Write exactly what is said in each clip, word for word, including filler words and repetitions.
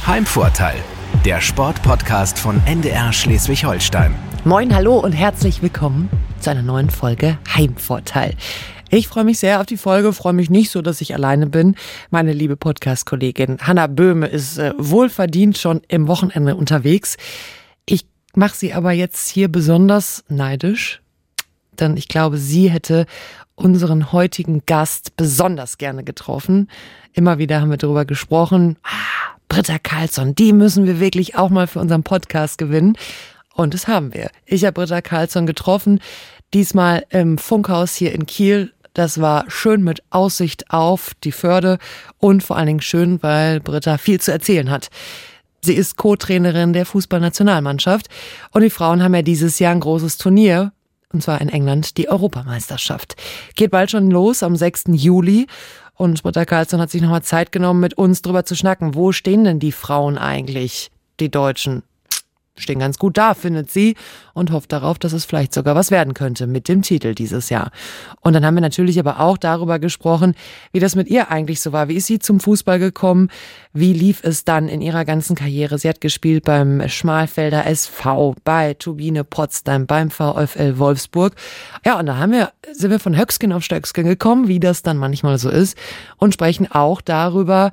Heimvorteil, der Sportpodcast von N D R Schleswig-Holstein. Moin, hallo und herzlich willkommen zu einer neuen Folge Heimvorteil. Ich freue mich sehr auf die Folge, freue mich nicht so, dass ich alleine bin. Meine liebe Podcast-Kollegin Hanna Böhme ist äh, wohlverdient schon im Wochenende unterwegs. Ich mache sie aber jetzt hier besonders neidisch, denn ich glaube, sie hätte unseren heutigen Gast besonders gerne getroffen. Immer wieder haben wir darüber gesprochen. Ah, Britta Karlsson, die müssen wir wirklich auch mal für unseren Podcast gewinnen. Und das haben wir. Ich habe Britta Karlsson getroffen, diesmal im Funkhaus hier in Kiel. Das war schön mit Aussicht auf die Förde und vor allen Dingen schön, weil Britta viel zu erzählen hat. Sie ist Co-Trainerin der Fußballnationalmannschaft und die Frauen haben ja dieses Jahr ein großes Turnier, und zwar in England die Europameisterschaft. Geht bald schon los am sechsten Juli. Und Britta Karlsson hat sich nochmal Zeit genommen, mit uns drüber zu schnacken. Wo stehen denn die Frauen eigentlich, die Deutschen? Stehen ganz gut da, findet sie, und hofft darauf, dass es vielleicht sogar was werden könnte mit dem Titel dieses Jahr. Und dann haben wir natürlich aber auch darüber gesprochen, wie das mit ihr eigentlich so war. Wie ist sie zum Fußball gekommen? Wie lief es dann in ihrer ganzen Karriere? Sie hat gespielt beim Schmalfelder S V, bei Turbine Potsdam, beim VfL Wolfsburg. Ja, und da haben wir, sind wir von Höcksken auf Stöcksken gekommen, wie das dann manchmal so ist, und sprechen auch darüber,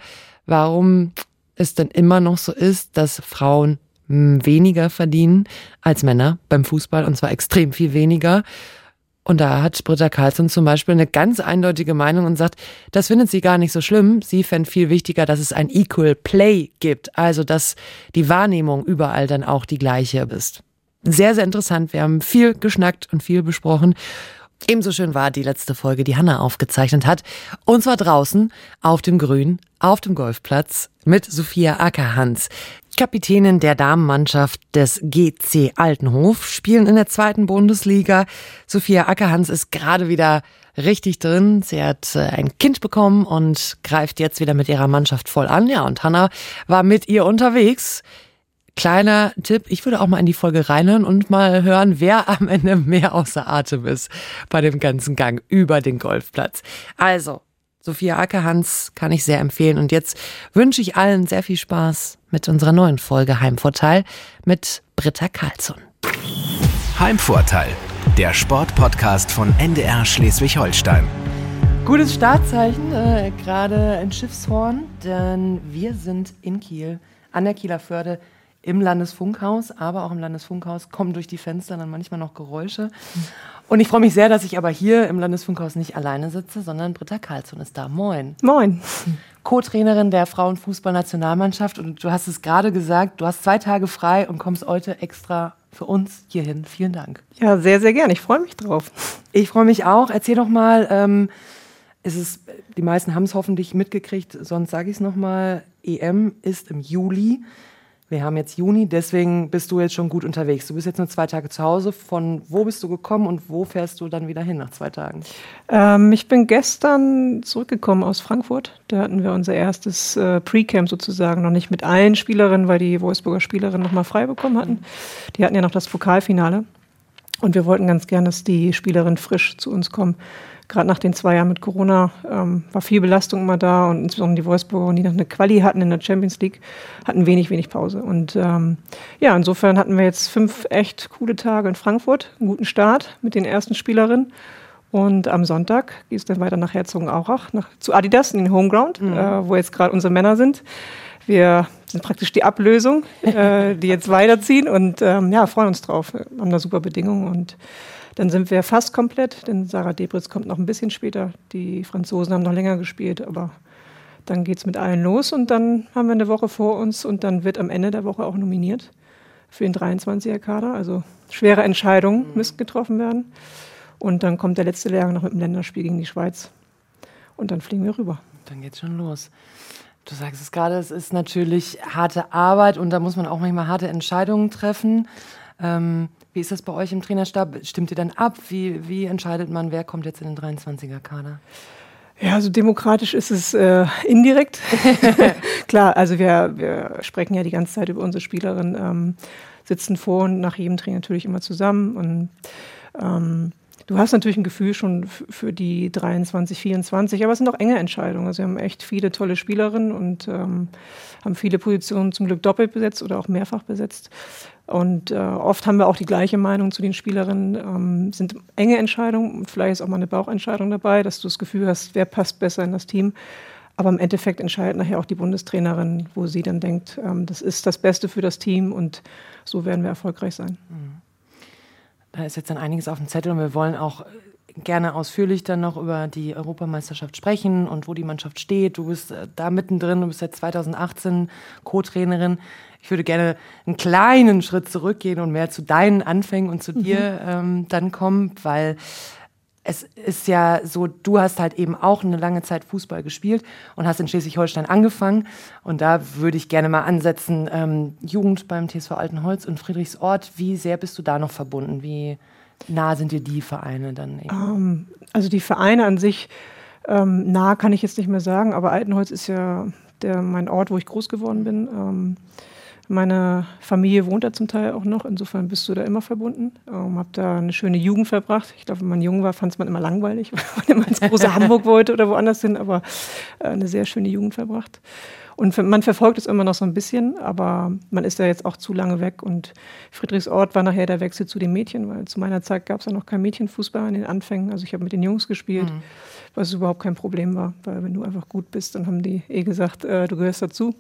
warum es denn immer noch so ist, dass Frauen weniger verdienen als Männer beim Fußball, und zwar extrem viel weniger. Und da hat Britta Karlsson zum Beispiel eine ganz eindeutige Meinung und sagt, das findet sie gar nicht so schlimm. Sie fände viel wichtiger, dass es ein Equal Play gibt, also dass die Wahrnehmung überall dann auch die gleiche ist. Sehr, sehr interessant. Wir haben viel geschnackt und viel besprochen. Ebenso schön war die letzte Folge, die Hanna aufgezeichnet hat. Und zwar draußen auf dem Grün, auf dem Golfplatz mit Sophia Ackerhans, Kapitänin der Damenmannschaft des G C Altenhof, spielen in der zweiten Bundesliga. Sophia Ackerhans ist gerade wieder richtig drin. Sie hat ein Kind bekommen und greift jetzt wieder mit ihrer Mannschaft voll an. Ja, und Hanna war mit ihr unterwegs. Kleiner Tipp, ich würde auch mal in die Folge reinhören und mal hören, wer am Ende mehr außer Atem ist bei dem ganzen Gang über den Golfplatz. Also, Sophia Ackerhans kann ich sehr empfehlen. Und jetzt wünsche ich allen sehr viel Spaß mit unserer neuen Folge Heimvorteil mit Britta Karlsson. Heimvorteil, der Sportpodcast von N D R Schleswig-Holstein. Gutes Startzeichen, äh, gerade in Schiffshorn, denn wir sind in Kiel, an der Kieler Förde, im Landesfunkhaus, aber auch im Landesfunkhaus kommen durch die Fenster dann manchmal noch Geräusche. Und ich freue mich sehr, dass ich aber hier im Landesfunkhaus nicht alleine sitze, sondern Britta Karlsson ist da. Moin. Moin. Co-Trainerin der Frauenfußballnationalmannschaft. Und du hast es gerade gesagt, du hast zwei Tage frei und kommst heute extra für uns hierhin. Vielen Dank. Ja, sehr, sehr gerne. Ich freue mich drauf. Ich freue mich auch. Erzähl doch mal, ähm, es ist, die meisten haben es hoffentlich mitgekriegt, sonst sage ich es nochmal, E M ist im Juli. Wir haben jetzt Juni, deswegen bist du jetzt schon gut unterwegs. Du bist jetzt nur zwei Tage zu Hause. Von wo bist du gekommen und wo fährst du dann wieder hin nach zwei Tagen? Ähm, ich bin gestern zurückgekommen aus Frankfurt. Da hatten wir unser erstes äh, Pre-Camp sozusagen. Noch nicht mit allen Spielerinnen, weil die Wolfsburger Spielerinnen noch mal frei bekommen hatten. Die hatten ja noch das Pokalfinale. Und wir wollten ganz gern, dass die Spielerinnen frisch zu uns kommen. Gerade nach den zwei Jahren mit Corona ähm, war viel Belastung immer da, und insbesondere die Wolfsburger, die noch eine Quali hatten in der Champions League, hatten wenig, wenig Pause. Und ähm, ja, insofern hatten wir jetzt fünf echt coole Tage in Frankfurt, einen guten Start mit den ersten Spielerinnen. Und am Sonntag geht es dann weiter nach Herzogenaurach, nach, zu Adidas in den Homeground, mhm. äh, wo jetzt gerade unsere Männer sind. Wir sind praktisch die Ablösung, äh, die jetzt weiterziehen, und ähm, ja, freuen uns drauf. Wir haben da super Bedingungen, und dann sind wir fast komplett, denn Sarah Debritz kommt noch ein bisschen später. Die Franzosen haben noch länger gespielt, aber dann geht's mit allen los, und dann haben wir eine Woche vor uns, und dann wird am Ende der Woche auch nominiert für den dreiundzwanziger-Kader. Also schwere Entscheidungen müssen getroffen werden. Und dann kommt der letzte Lehrgang noch mit dem Länderspiel gegen die Schweiz. Und dann fliegen wir rüber. Dann geht's schon los. Du sagst es gerade, es ist natürlich harte Arbeit, und da muss man auch manchmal harte Entscheidungen treffen. Ähm, wie ist das bei euch im Trainerstab? Stimmt ihr dann ab? Wie, wie entscheidet man, wer kommt jetzt in den dreiundzwanziger-Kader? Ja, so demokratisch ist es äh, indirekt. Klar, also wir, wir sprechen ja die ganze Zeit über unsere Spielerinnen, ähm, sitzen vor und nach jedem Training natürlich immer zusammen. Und ähm, du hast natürlich ein Gefühl schon f- für die dreiundzwanzig, vierundzwanzig, aber es sind auch enge Entscheidungen. Also wir haben echt viele tolle Spielerinnen und ähm, haben viele Positionen zum Glück doppelt besetzt oder auch mehrfach besetzt. Und äh, oft haben wir auch die gleiche Meinung zu den Spielerinnen. Ähm, sind enge Entscheidungen und vielleicht ist auch mal eine Bauchentscheidung dabei, dass du das Gefühl hast, wer passt besser in das Team. Aber im Endeffekt entscheidet nachher auch die Bundestrainerin, wo sie dann denkt, ähm, das ist das Beste für das Team und so werden wir erfolgreich sein. Da ist jetzt dann einiges auf dem Zettel und wir wollen auch gerne ausführlich dann noch über die Europameisterschaft sprechen und wo die Mannschaft steht. Du bist äh, da mittendrin, du bist seit zweitausendachtzehn Co-Trainerin. Ich würde gerne einen kleinen Schritt zurückgehen und mehr zu deinen Anfängen und zu mhm. dir ähm, dann kommen, weil es ist ja so, du hast halt eben auch eine lange Zeit Fußball gespielt und hast in Schleswig-Holstein angefangen. Und da würde ich gerne mal ansetzen, ähm, Jugend beim T S V Altenholz und Friedrichsort. Wie sehr bist du da noch verbunden? Wie nah sind dir die Vereine dann eben? Um, also die Vereine an sich, ähm, nah kann ich jetzt nicht mehr sagen, aber Altenholz ist ja der, mein Ort, wo ich groß geworden bin. Ähm, Meine Familie wohnt da zum Teil auch noch, insofern bist du da immer verbunden. Ähm, hab da eine schöne Jugend verbracht. Ich glaube, wenn man jung war, fand es man immer langweilig, weil man immer ins große Hamburg wollte oder woanders hin, aber äh, eine sehr schöne Jugend verbracht. Und man verfolgt es immer noch so ein bisschen, aber man ist da jetzt auch zu lange weg. Und Friedrichsort war nachher der Wechsel zu den Mädchen, weil zu meiner Zeit gab es ja noch kein Mädchenfußball in den Anfängen. Also ich habe mit den Jungs gespielt, mhm. was überhaupt kein Problem war, weil wenn du einfach gut bist, dann haben die eh gesagt, äh, du gehörst dazu.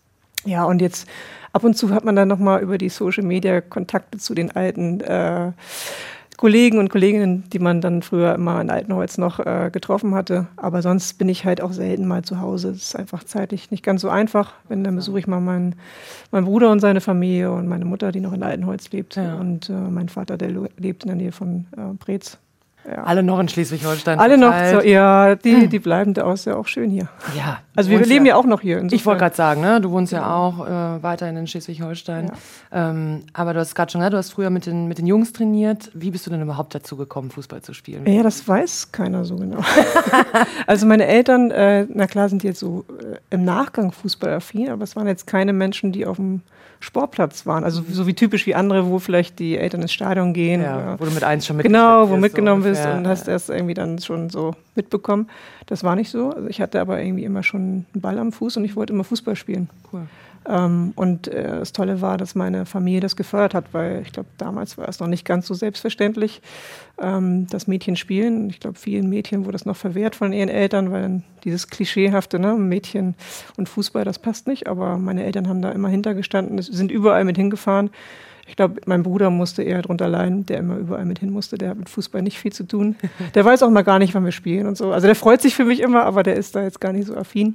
Ja, und jetzt ab und zu hat man dann nochmal über die Social Media Kontakte zu den alten äh, Kollegen und Kolleginnen, die man dann früher immer in Altenholz noch äh, getroffen hatte. Aber sonst bin ich halt auch selten mal zu Hause. Es ist einfach zeitlich nicht ganz so einfach. Wenn, dann besuche ich mal meinen, meinen Bruder und seine Familie und meine Mutter, die noch in Altenholz lebt. Ja. Und äh, mein Vater, der lebt in der Nähe von äh, Brez. Ja. Alle noch in Schleswig-Holstein Alle verteilt. noch, so, ja, die, die bleiben da aus, ja auch schön hier. Ja. Also wir leben ja, ja auch noch hier. Insofern. Ich wollte gerade sagen, ne, du wohnst ja, ja auch äh, weiterhin in Schleswig-Holstein. Ja. Ähm, aber du hast gerade schon gesagt, du hast früher mit den, mit den Jungs trainiert. Wie bist du denn überhaupt dazu gekommen, Fußball zu spielen? Ja, das weiß keiner so genau. Also meine Eltern, äh, na klar, sind jetzt so äh, im Nachgang fußballaffin, aber es waren jetzt keine Menschen, die auf dem Sportplatz waren. Also so wie typisch wie andere, wo vielleicht die Eltern ins Stadion gehen. Ja, wo du mit eins schon mitgenommen Genau, wo wirst, mitgenommen so bist und hast erst irgendwie dann schon so mitbekommen. Das war nicht so. Also ich hatte aber irgendwie immer schon einen Ball am Fuß und ich wollte immer Fußball spielen. Cool. Ähm, und äh, das Tolle war, dass meine Familie das gefördert hat, weil ich glaube, damals war es noch nicht ganz so selbstverständlich, ähm, dass Mädchen spielen. Ich glaube, vielen Mädchen wurde das noch verwehrt von ihren Eltern, weil dann dieses Klischeehafte, ne, Mädchen und Fußball, das passt nicht. Aber meine Eltern haben da immer hintergestanden, sind überall mit hingefahren. Ich glaube, mein Bruder musste eher drunter leiden, der immer überall mit hin musste. Der hat mit Fußball nicht viel zu tun. Der weiß auch mal gar nicht, wann wir spielen und so. Also der freut sich für mich immer, aber der ist da jetzt gar nicht so affin.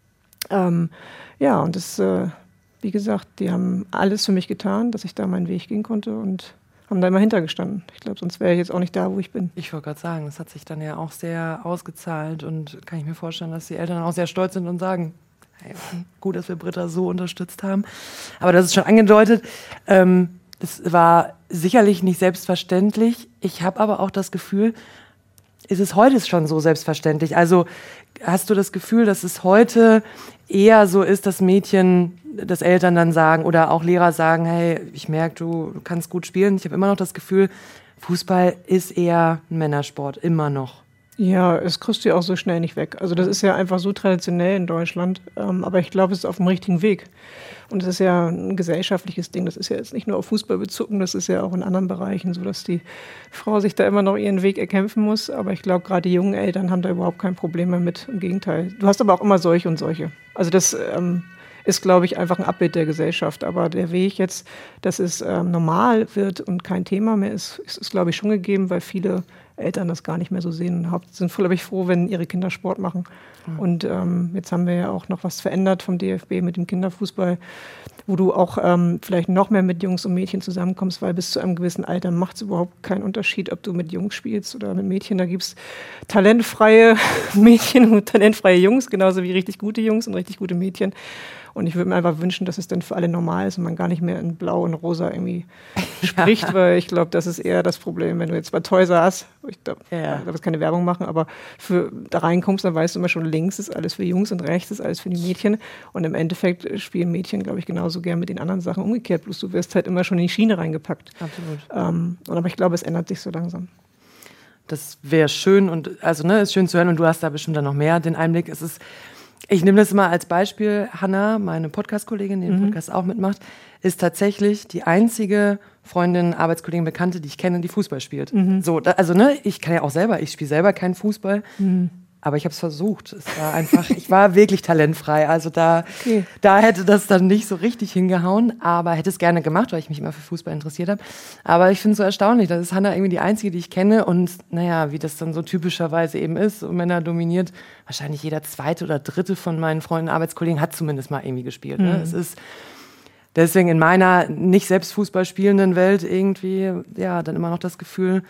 Ähm, ja, und das, äh, wie gesagt, die haben alles für mich getan, dass ich da meinen Weg gehen konnte und haben da immer hintergestanden. Ich glaube, sonst wäre ich jetzt auch nicht da, wo ich bin. Ich wollte gerade sagen, das hat sich dann ja auch sehr ausgezahlt und kann ich mir vorstellen, dass die Eltern auch sehr stolz sind und sagen, hey, gut, dass wir Britta so unterstützt haben. Aber das ist schon angedeutet, ähm, das war sicherlich nicht selbstverständlich. Ich habe aber auch das Gefühl, ist es heute schon so selbstverständlich? Also hast du das Gefühl, dass es heute eher so ist, dass Mädchen, dass Eltern dann sagen oder auch Lehrer sagen, hey, ich merke, du, du kannst gut spielen. Ich habe immer noch das Gefühl, Fußball ist eher ein Männersport, immer noch. Ja, es kriegst du ja auch so schnell nicht weg. Also das ist ja einfach so traditionell in Deutschland. Ähm, aber ich glaube, es ist auf dem richtigen Weg. Und es ist ja ein gesellschaftliches Ding. Das ist ja jetzt nicht nur auf Fußball bezogen, das ist ja auch in anderen Bereichen so, dass die Frau sich da immer noch ihren Weg erkämpfen muss. Aber ich glaube, gerade die jungen Eltern haben da überhaupt kein Problem mehr mit. Im Gegenteil. Du hast aber auch immer solche und solche. Also das ähm, ist, glaube ich, einfach ein Abbild der Gesellschaft. Aber der Weg jetzt, dass es ähm, normal wird und kein Thema mehr ist, ist, ist, glaube ich, schon gegeben, weil viele Eltern das gar nicht mehr so sehen. Haupt sind, glaube ich, froh, wenn ihre Kinder Sport machen. Mhm. Und ähm, jetzt haben wir ja auch noch was verändert vom D F B mit dem Kinderfußball, wo du auch ähm, vielleicht noch mehr mit Jungs und Mädchen zusammenkommst, weil bis zu einem gewissen Alter macht es überhaupt keinen Unterschied, ob du mit Jungs spielst oder mit Mädchen. Da gibt es talentfreie Mädchen und talentfreie Jungs, genauso wie richtig gute Jungs und richtig gute Mädchen. Und ich würde mir einfach wünschen, dass es dann für alle normal ist und man gar nicht mehr in Blau und Rosa irgendwie spricht, ja. Weil ich glaube, das ist eher das Problem, wenn du jetzt bei Toys R Us, ich glaube, ja. ich darf keine Werbung machen, aber für, da reinkommst, dann weißt du immer schon, links ist alles für Jungs und rechts ist alles für die Mädchen. Und im Endeffekt spielen Mädchen, glaube ich, genauso gern mit den anderen Sachen umgekehrt, bloß du wirst halt immer schon in die Schiene reingepackt. Absolut. Ähm, und aber ich glaube, es ändert sich so langsam. das wäre schön und also ne, ist schön zu hören und du hast da bestimmt dann noch mehr den Einblick. Es ist, ich nehme das immer als Beispiel. Hanna, meine Podcast-Kollegin, die den mhm. Podcast auch mitmacht, ist tatsächlich die einzige Freundin, Arbeitskollegin, Bekannte, die ich kenne, die Fußball spielt. Mhm. So, da, also ne, ich kann ja auch selber, ich spiele selber keinen Fußball. Mhm. Aber ich habe es versucht. Es war einfach, ich war wirklich talentfrei. Also da, okay. da hätte das dann nicht so richtig hingehauen. Aber hätte es gerne gemacht, weil ich mich immer für Fußball interessiert habe. Aber ich finde es so erstaunlich. Das ist Hanna irgendwie die Einzige, die ich kenne. Und naja, wie das dann so typischerweise eben ist, so Männer dominiert. Wahrscheinlich jeder zweite oder dritte von meinen Freunden, Arbeitskollegen hat zumindest mal irgendwie gespielt. Mhm. Ne? Es ist deswegen in meiner nicht selbst Fußball spielenden Welt irgendwie, ja, dann immer noch das Gefühl,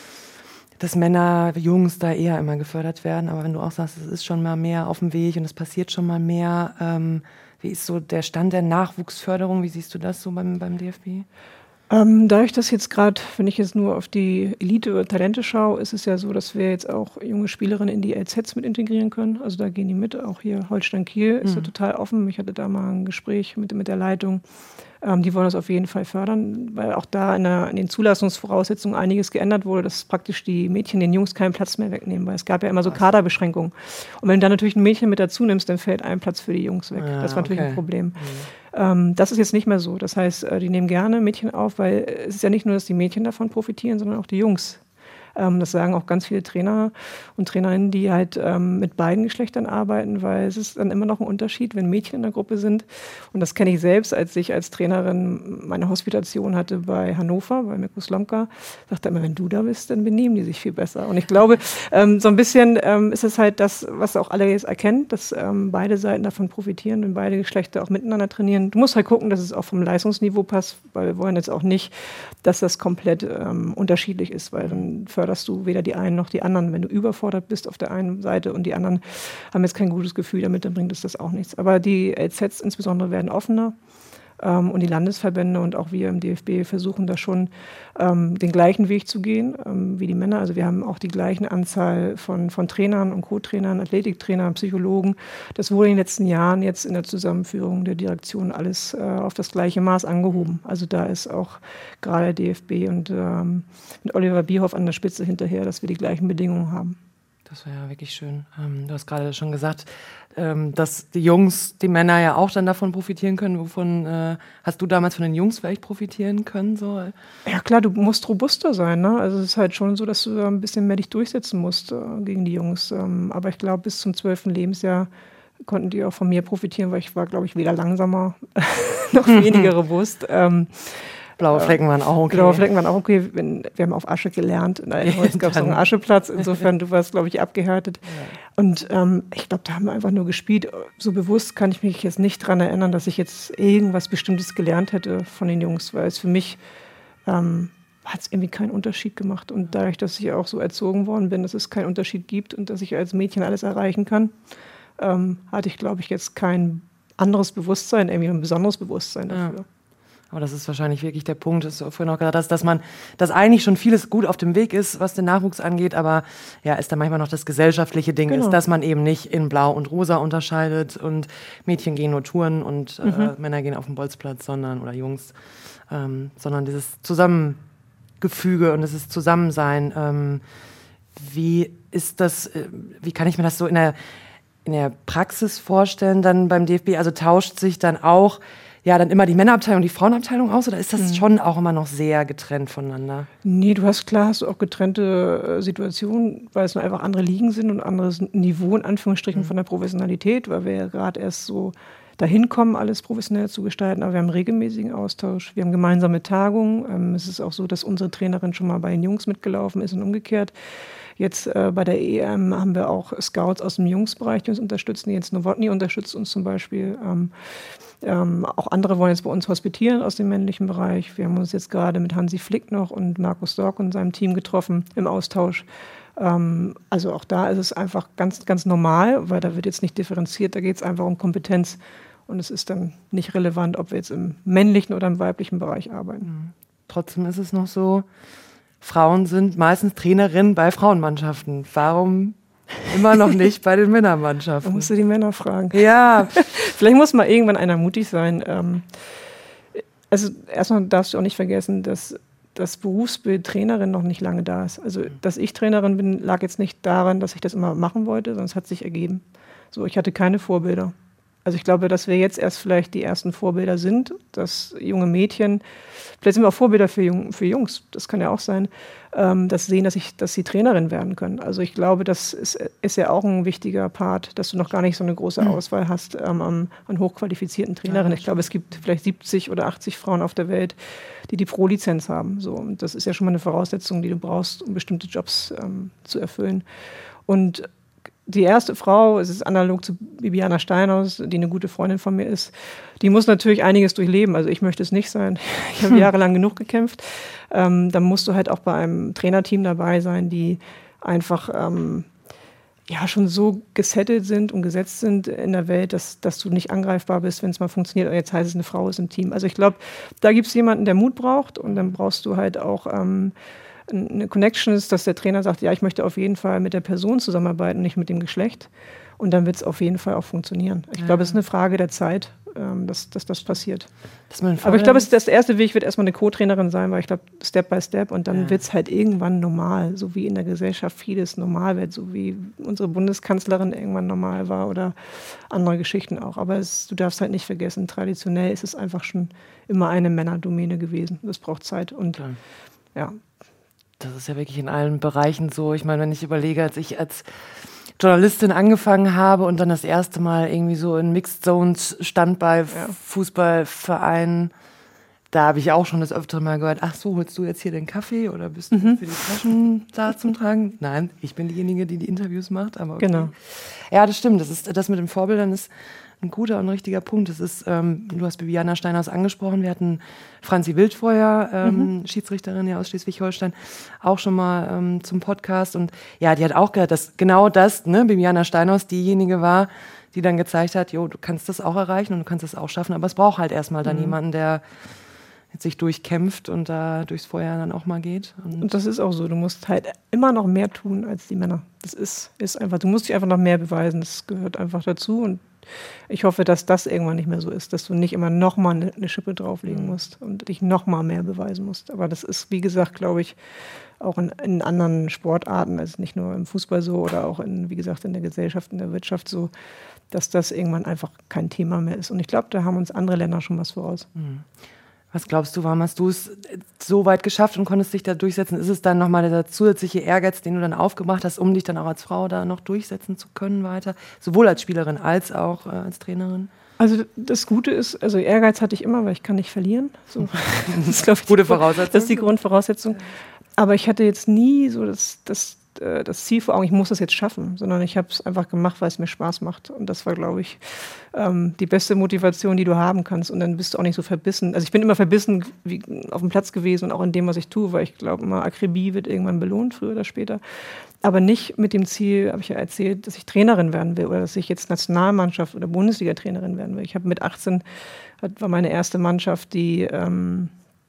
dass Männer, Jungs da eher immer gefördert werden. Aber wenn du auch sagst, es ist schon mal mehr auf dem Weg und es passiert schon mal mehr, ähm, wie ist so der Stand der Nachwuchsförderung? Wie siehst du das so beim, beim D F B? Ähm, da ich das jetzt gerade, wenn ich jetzt nur auf die Elite oder Talente schaue, ist es ja so, dass wir jetzt auch junge Spielerinnen in die L Zs mit integrieren können. Also da gehen die mit. Auch hier Holstein Kiel ist mhm. ja total offen. Ich hatte da mal ein Gespräch mit, mit der Leitung. Ähm, die wollen das auf jeden Fall fördern, weil auch da in, der, in den Zulassungsvoraussetzungen einiges geändert wurde, dass praktisch die Mädchen den Jungs keinen Platz mehr wegnehmen, weil es gab ja immer so Kaderbeschränkungen. Und wenn du dann natürlich ein Mädchen mit dazu nimmst, dann fällt ein Platz für die Jungs weg. Ja, das war natürlich okay. ein Problem. Mhm. Ähm, das ist jetzt nicht mehr so. Das heißt, die nehmen gerne Mädchen auf, weil es ist ja nicht nur, dass die Mädchen davon profitieren, sondern auch die Jungs. Ähm, das sagen auch ganz viele Trainer und Trainerinnen, die halt ähm, mit beiden Geschlechtern arbeiten, weil es ist dann immer noch ein Unterschied, wenn Mädchen in der Gruppe sind. Und das kenne ich selbst, als ich als Trainerin meine Hospitation hatte bei Hannover, bei Mirko Slomka. Sagte immer, wenn du da bist, dann benehmen die sich viel besser. Und ich glaube, ähm, so ein bisschen ähm, ist es halt das, was auch alle jetzt erkennen, dass ähm, beide Seiten davon profitieren, wenn beide Geschlechter auch miteinander trainieren. Du musst halt gucken, dass es auch vom Leistungsniveau passt, weil wir wollen jetzt auch nicht, dass das komplett ähm, unterschiedlich ist, weil dann förderst du weder die einen noch die anderen. Wenn du überfordert bist auf der einen Seite und die anderen haben jetzt kein gutes Gefühl damit, dann bringt es das auch nichts. Aber die L Zs insbesondere werden offener ähm, und die Landesverbände und auch wir im D F B versuchen da schon ähm, den gleichen Weg zu gehen ähm, wie die Männer. Also wir haben auch die gleichen Anzahl von, von Trainern und Co-Trainern, Athletiktrainern, Psychologen. Das wurde in den letzten Jahren jetzt in der Zusammenführung der Direktion alles äh, auf das gleiche Maß angehoben. Also da ist auch gerade der D F B und ähm, mit Oliver Bierhoff an der Spitze hinterher, dass wir die gleichen Bedingungen haben. Das wäre ja wirklich schön. Ähm, du hast gerade schon gesagt, ähm, dass die Jungs, die Männer ja auch dann davon profitieren können. Wovon äh, hast du damals von den Jungs vielleicht profitieren können? So? Ja klar, du musst robuster sein. Ne? Also es ist halt schon so, dass du da ein bisschen mehr dich durchsetzen musst äh, gegen die Jungs. Ähm, aber ich glaube, bis zum zwölften Lebensjahr konnten die auch von mir profitieren, weil ich war, glaube ich, weder langsamer noch weniger robust. Ähm, Blaue Flecken waren auch okay. Blaue Flecken waren auch okay. Wir haben auf Asche gelernt. In Holz gab es noch einen Ascheplatz. Insofern, du warst, glaube ich, abgehärtet. Ja. Und ähm, ich glaube, da haben wir einfach nur gespielt. So bewusst kann ich mich jetzt nicht dran erinnern, dass ich jetzt irgendwas Bestimmtes gelernt hätte von den Jungs, weil es für mich ähm, hat es irgendwie keinen Unterschied gemacht. Und dadurch, dass ich auch so erzogen worden bin, dass es keinen Unterschied gibt und dass ich als Mädchen alles erreichen kann, ähm, hatte ich, glaube ich, jetzt kein anderes Bewusstsein, irgendwie ein besonderes Bewusstsein dafür. Ja. Aber das ist wahrscheinlich wirklich der Punkt, das du vorhin auch gesagt hast, dass man, dass eigentlich schon vieles gut auf dem Weg ist, was den Nachwuchs angeht, aber ja, ist da manchmal noch das gesellschaftliche Ding genau. ist, dass man eben nicht in Blau und Rosa unterscheidet und Mädchen gehen nur Touren und mhm. äh, Männer gehen auf den Bolzplatz, sondern, oder Jungs, ähm, sondern dieses Zusammengefüge und dieses Zusammensein. Ähm, wie ist das, äh, wie kann ich mir das so in der, in der Praxis vorstellen dann beim D F B? Also tauscht sich dann auch ja, dann immer die Männerabteilung und die Frauenabteilung aus? Oder ist das mhm. schon auch immer noch sehr getrennt voneinander? Nee, du hast klar, hast du auch getrennte äh, Situationen, weil es nur einfach andere Ligen sind und anderes Niveau in Anführungsstrichen mhm. von der Professionalität, weil wir ja gerade erst so dahin kommen, alles professionell zu gestalten. Aber wir haben regelmäßigen Austausch, wir haben gemeinsame Tagungen. Ähm, es ist auch so, dass unsere Trainerin schon mal bei den Jungs mitgelaufen ist und umgekehrt. Jetzt äh, bei der E M haben wir auch Scouts aus dem Jungsbereich, die uns unterstützen. Jens Nowotny unterstützt uns zum Beispiel. Ähm, ähm, auch andere wollen jetzt bei uns hospitieren aus dem männlichen Bereich. Wir haben uns jetzt gerade mit Hansi Flick noch und Markus Dork und seinem Team getroffen im Austausch. Ähm, also auch da ist es einfach ganz, ganz normal, weil da wird jetzt nicht differenziert. Da geht es einfach um Kompetenz. Und es ist dann nicht relevant, ob wir jetzt im männlichen oder im weiblichen Bereich arbeiten. Mhm. Trotzdem ist es noch so, Frauen sind meistens Trainerinnen bei Frauenmannschaften. Warum immer noch nicht bei den Männermannschaften? Da musst du die Männer fragen. Ja. Vielleicht muss mal irgendwann einer mutig sein. Also erstmal darfst du auch nicht vergessen, dass das Berufsbild Trainerin noch nicht lange da ist. Also, dass ich Trainerin bin, lag jetzt nicht daran, dass ich das immer machen wollte, sondern es hat sich ergeben. So, ich hatte keine Vorbilder. Also ich glaube, dass wir jetzt erst vielleicht die ersten Vorbilder sind, dass junge Mädchen, vielleicht sind wir auch Vorbilder für, Jung, für Jungs, das kann ja auch sein, ähm, dass sehen, dass, ich, dass sie Trainerin werden können. Also ich glaube, das ist, ist ja auch ein wichtiger Part, dass du noch gar nicht so eine große Auswahl hast ähm, an, an hochqualifizierten Trainerinnen. Ich glaube, es gibt vielleicht siebzig oder achtzig Frauen auf der Welt, die die Pro-Lizenz haben. So, und das ist ja schon mal eine Voraussetzung, die du brauchst, um bestimmte Jobs ähm, zu erfüllen. Und die erste Frau, es ist analog zu Bibiana Steinhaus, die eine gute Freundin von mir ist, die muss natürlich einiges durchleben. Also ich möchte es nicht sein. Ich habe hm. jahrelang genug gekämpft. Ähm, dann musst du halt auch bei einem Trainerteam dabei sein, die einfach ähm, ja schon so gesettelt sind und gesetzt sind in der Welt, dass, dass du nicht angreifbar bist, wenn es mal funktioniert. Und jetzt heißt es, eine Frau ist im Team. Also ich glaube, da gibt es jemanden, der Mut braucht, und dann brauchst du halt auch ähm, eine Connection ist, dass der Trainer sagt, ja, ich möchte auf jeden Fall mit der Person zusammenarbeiten, nicht mit dem Geschlecht. Und dann wird es auf jeden Fall auch funktionieren. Ich ja. glaube, es ist eine Frage der Zeit, ähm, dass, dass das passiert. Das Aber ich glaube, das erste Weg wird erstmal eine Co-Trainerin sein, weil ich glaube, Step by Step. Und dann ja. wird es halt irgendwann normal, so wie in der Gesellschaft vieles normal wird, so wie unsere Bundeskanzlerin irgendwann normal war oder andere Geschichten auch. Aber es, du darfst halt nicht vergessen, traditionell ist es einfach schon immer eine Männerdomäne gewesen. Das braucht Zeit. Und ja, ja. Das ist ja wirklich in allen Bereichen so. Ich meine, wenn ich überlege, als ich als Journalistin angefangen habe und dann das erste Mal irgendwie so in Mixed Zones stand bei ja. Fußballvereinen, da habe ich auch schon das öftere Mal gehört, ach so, holst du jetzt hier den Kaffee oder bist du mhm. für die Taschen da zum Tragen? Nein, ich bin diejenige, die die Interviews macht. Aber okay. Genau. Ja, das stimmt. Das ist, das mit den Vorbildern ist ein guter und richtiger Punkt. Das ist, ähm, du hast Bibiana Steinhaus angesprochen. Wir hatten Franzi Wildfeuer, ähm, mhm. Schiedsrichterin ja aus Schleswig-Holstein, auch schon mal ähm, zum Podcast. Und ja, die hat auch gehört, dass genau das, ne, Bibiana Steinhaus diejenige war, die dann gezeigt hat, jo, du kannst das auch erreichen und du kannst das auch schaffen. Aber es braucht halt erstmal dann mhm. jemanden, der sich durchkämpft und da durchs Feuer dann auch mal geht. Und, und das ist auch so. Du musst halt immer noch mehr tun als die Männer. Das ist, ist einfach, du musst dich einfach noch mehr beweisen. Das gehört einfach dazu. Und ich hoffe, dass das irgendwann nicht mehr so ist, dass du nicht immer noch mal eine, eine Schippe drauflegen musst und dich noch mal mehr beweisen musst. Aber das ist, wie gesagt, glaube ich, auch in, in anderen Sportarten, also nicht nur im Fußball so oder auch in, wie gesagt, in der Gesellschaft, in der Wirtschaft so, dass das irgendwann einfach kein Thema mehr ist. Und ich glaube, da haben uns andere Länder schon was voraus. Mhm. Was glaubst du, warum hast du es so weit geschafft und konntest dich da durchsetzen? Ist es dann nochmal der zusätzliche Ehrgeiz, den du dann aufgebracht hast, um dich dann auch als Frau da noch durchsetzen zu können weiter? Sowohl als Spielerin als auch äh, als Trainerin? Also das Gute ist, also Ehrgeiz hatte ich immer, weil ich kann nicht verlieren. So. Das ist, glaube ich, gute Voraussetzung. Das ist die Grundvoraussetzung. Aber ich hatte jetzt nie so das, das, das Ziel vor Augen, ich muss das jetzt schaffen, sondern ich habe es einfach gemacht, weil es mir Spaß macht. Und das war, glaube ich, ähm, die beste Motivation, die du haben kannst. Und dann bist du auch nicht so verbissen. Also ich bin immer verbissen wie auf dem Platz gewesen und auch in dem, was ich tue, weil ich glaube immer, Akribie wird irgendwann belohnt, früher oder später. Aber nicht mit dem Ziel, habe ich ja erzählt, dass ich Trainerin werden will oder dass ich jetzt Nationalmannschaft oder Bundesliga-Trainerin werden will. Ich habe mit achtzehn, war meine erste Mannschaft, die ähm,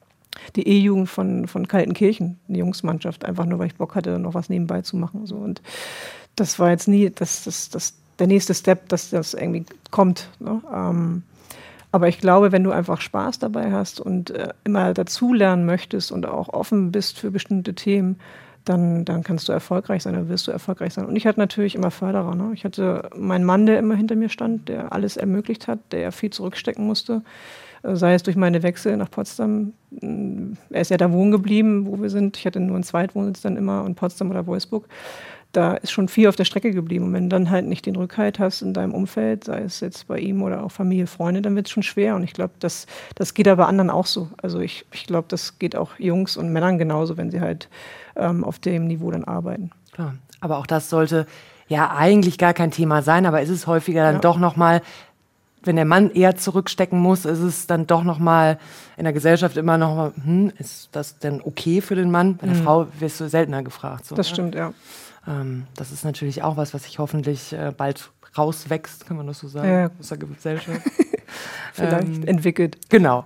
die E-Jugend von, von Kaltenkirchen, eine Jungsmannschaft, einfach nur, weil ich Bock hatte, noch was nebenbei zu machen. So. Und das war jetzt nie das, das, das, der nächste Step, dass das irgendwie kommt. Ne? Ähm, aber ich glaube, wenn du einfach Spaß dabei hast und äh, immer dazulernen möchtest und auch offen bist für bestimmte Themen, dann, dann kannst du erfolgreich sein, dann wirst du erfolgreich sein. Und ich hatte natürlich immer Förderer. Ne? Ich hatte meinen Mann, der immer hinter mir stand, der alles ermöglicht hat, der viel zurückstecken musste. Sei es durch meine Wechsel nach Potsdam. Er ist ja da wohnen geblieben, wo wir sind. Ich hatte nur einen Zweitwohnsitz dann immer in Potsdam oder Wolfsburg. Da ist schon viel auf der Strecke geblieben. Und wenn du dann halt nicht den Rückhalt hast in deinem Umfeld, sei es jetzt bei ihm oder auch Familie, Freunde, dann wird es schon schwer. Und ich glaube, das, das geht aber anderen auch so. Also ich, ich glaube, das geht auch Jungs und Männern genauso, wenn sie halt ähm, auf dem Niveau dann arbeiten. Klar. Aber auch das sollte ja eigentlich gar kein Thema sein. Aber ist es häufiger dann ja. doch nochmal, wenn der Mann eher zurückstecken muss, ist es dann doch nochmal in der Gesellschaft immer noch, hm, ist das denn okay für den Mann? Bei der mhm. Frau wirst du seltener gefragt. So, das ne? stimmt, ja. Ähm, das ist natürlich auch was, was sich hoffentlich äh, bald rauswächst, kann man das so sagen, ja. aus der Gesellschaft. Vielleicht ähm, entwickelt. Genau.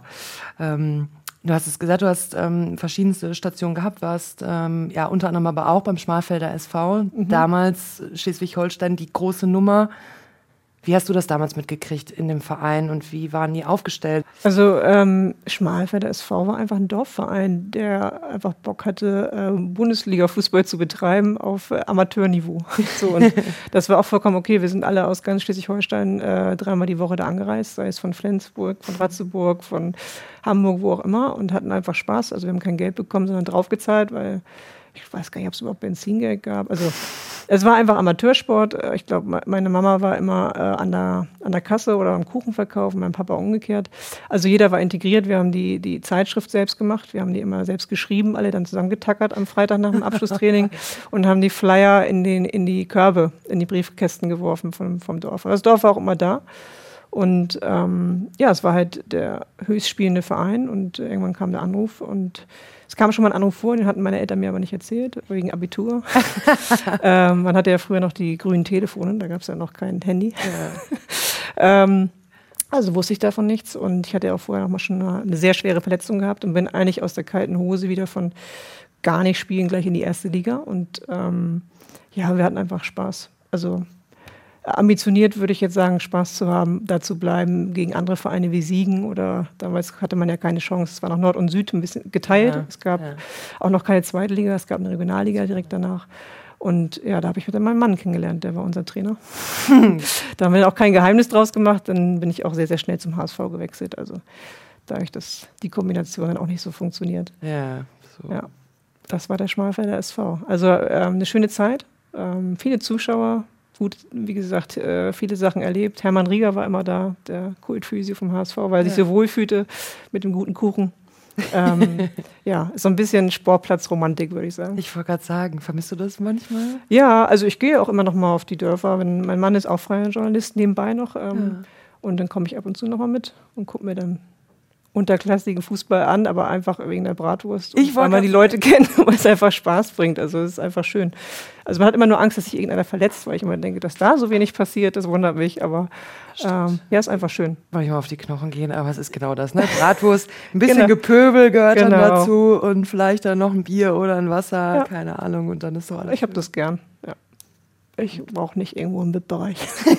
Ähm, du hast es gesagt, du hast ähm, verschiedenste Stationen gehabt, warst ähm, ja unter anderem aber auch beim Schmalfelder S V, mhm. damals Schleswig-Holstein die große Nummer. Wie hast du das damals mitgekriegt in dem Verein und wie waren die aufgestellt? Also ähm, Schmalfelder S V war einfach ein Dorfverein, der einfach Bock hatte, äh, Bundesliga-Fußball zu betreiben auf äh, Amateurniveau. So, und das war auch vollkommen okay. Wir sind alle aus ganz Schleswig-Holstein äh, dreimal die Woche da angereist, sei es von Flensburg, von Ratzeburg, von Hamburg, wo auch immer, und hatten einfach Spaß. Also wir haben kein Geld bekommen, sondern draufgezahlt, weil ich weiß gar nicht, ob es überhaupt Benzingeld gab. Also es war einfach Amateursport. Ich glaube, meine Mama war immer äh, an, der, an der Kasse oder am Kuchenverkauf, mein Papa umgekehrt. Also jeder war integriert. Wir haben die, die Zeitschrift selbst gemacht. Wir haben die immer selbst geschrieben, alle dann zusammengetackert am Freitag nach dem Abschlusstraining und haben die Flyer in, den, in die Körbe, in die Briefkästen geworfen vom, vom Dorf. Das Dorf war auch immer da. Und ähm, ja, es war halt der höchstspielende Verein und irgendwann kam der Anruf und es kam schon mal ein Anruf vor, den hatten meine Eltern mir aber nicht erzählt, wegen Abitur. ähm, man hatte ja früher noch die grünen Telefone, da gab es ja noch kein Handy. Ja. ähm, also wusste ich davon nichts und ich hatte ja auch vorher noch mal schon eine, eine sehr schwere Verletzung gehabt und bin eigentlich aus der kalten Hose wieder von gar nicht spielen gleich in die erste Liga und ähm, ja, wir hatten einfach Spaß. Also ambitioniert würde ich jetzt sagen, Spaß zu haben, da zu bleiben gegen andere Vereine wie Siegen oder damals hatte man ja keine Chance. Es war noch Nord und Süd ein bisschen geteilt. Ja, es gab ja. auch noch keine zweite Liga, es gab eine Regionalliga direkt danach. Und ja, da habe ich mit meinem Mann kennengelernt, der war unser Trainer. Da haben wir auch kein Geheimnis draus gemacht, dann bin ich auch sehr, sehr schnell zum H S V gewechselt. Also dadurch, dass die Kombination dann auch nicht so funktioniert. Ja, so. Ja, das war der Schmalfelder S V. Also ähm, eine schöne Zeit, ähm, viele Zuschauer, gut, wie gesagt, äh, viele Sachen erlebt. Hermann Rieger war immer da, der Kultphysio vom H S V, weil er ja. sich so wohlfühlte mit dem guten Kuchen. ähm, ja, so ein bisschen Sportplatzromantik, würde ich sagen. Ich wollte gerade sagen, vermisst du das manchmal? Ja, also ich gehe auch immer noch mal auf die Dörfer. Wenn, mein Mann ist auch freier Journalist nebenbei noch. Ähm, ja. Und dann komme ich ab und zu noch mal mit und gucke mir dann unterklassigen Fußball an, aber einfach wegen der Bratwurst. Ich weil man die Leute kennt und es einfach Spaß bringt. Also es ist einfach schön. Also man hat immer nur Angst, dass sich irgendeiner verletzt, weil ich immer denke, dass da so wenig passiert, das wundert mich. Aber ähm, ja, ist einfach schön. Wollte ich mal auf die Knochen gehen, aber es ist genau das. Ne? Bratwurst, ein bisschen genau. Gepöbel gehört genau. dann dazu und vielleicht dann noch ein Bier oder ein Wasser, ja. keine Ahnung. Und dann ist so alles. Ich habe das gern. Ja. Ich brauche nicht irgendwo einen B I P-Bereich.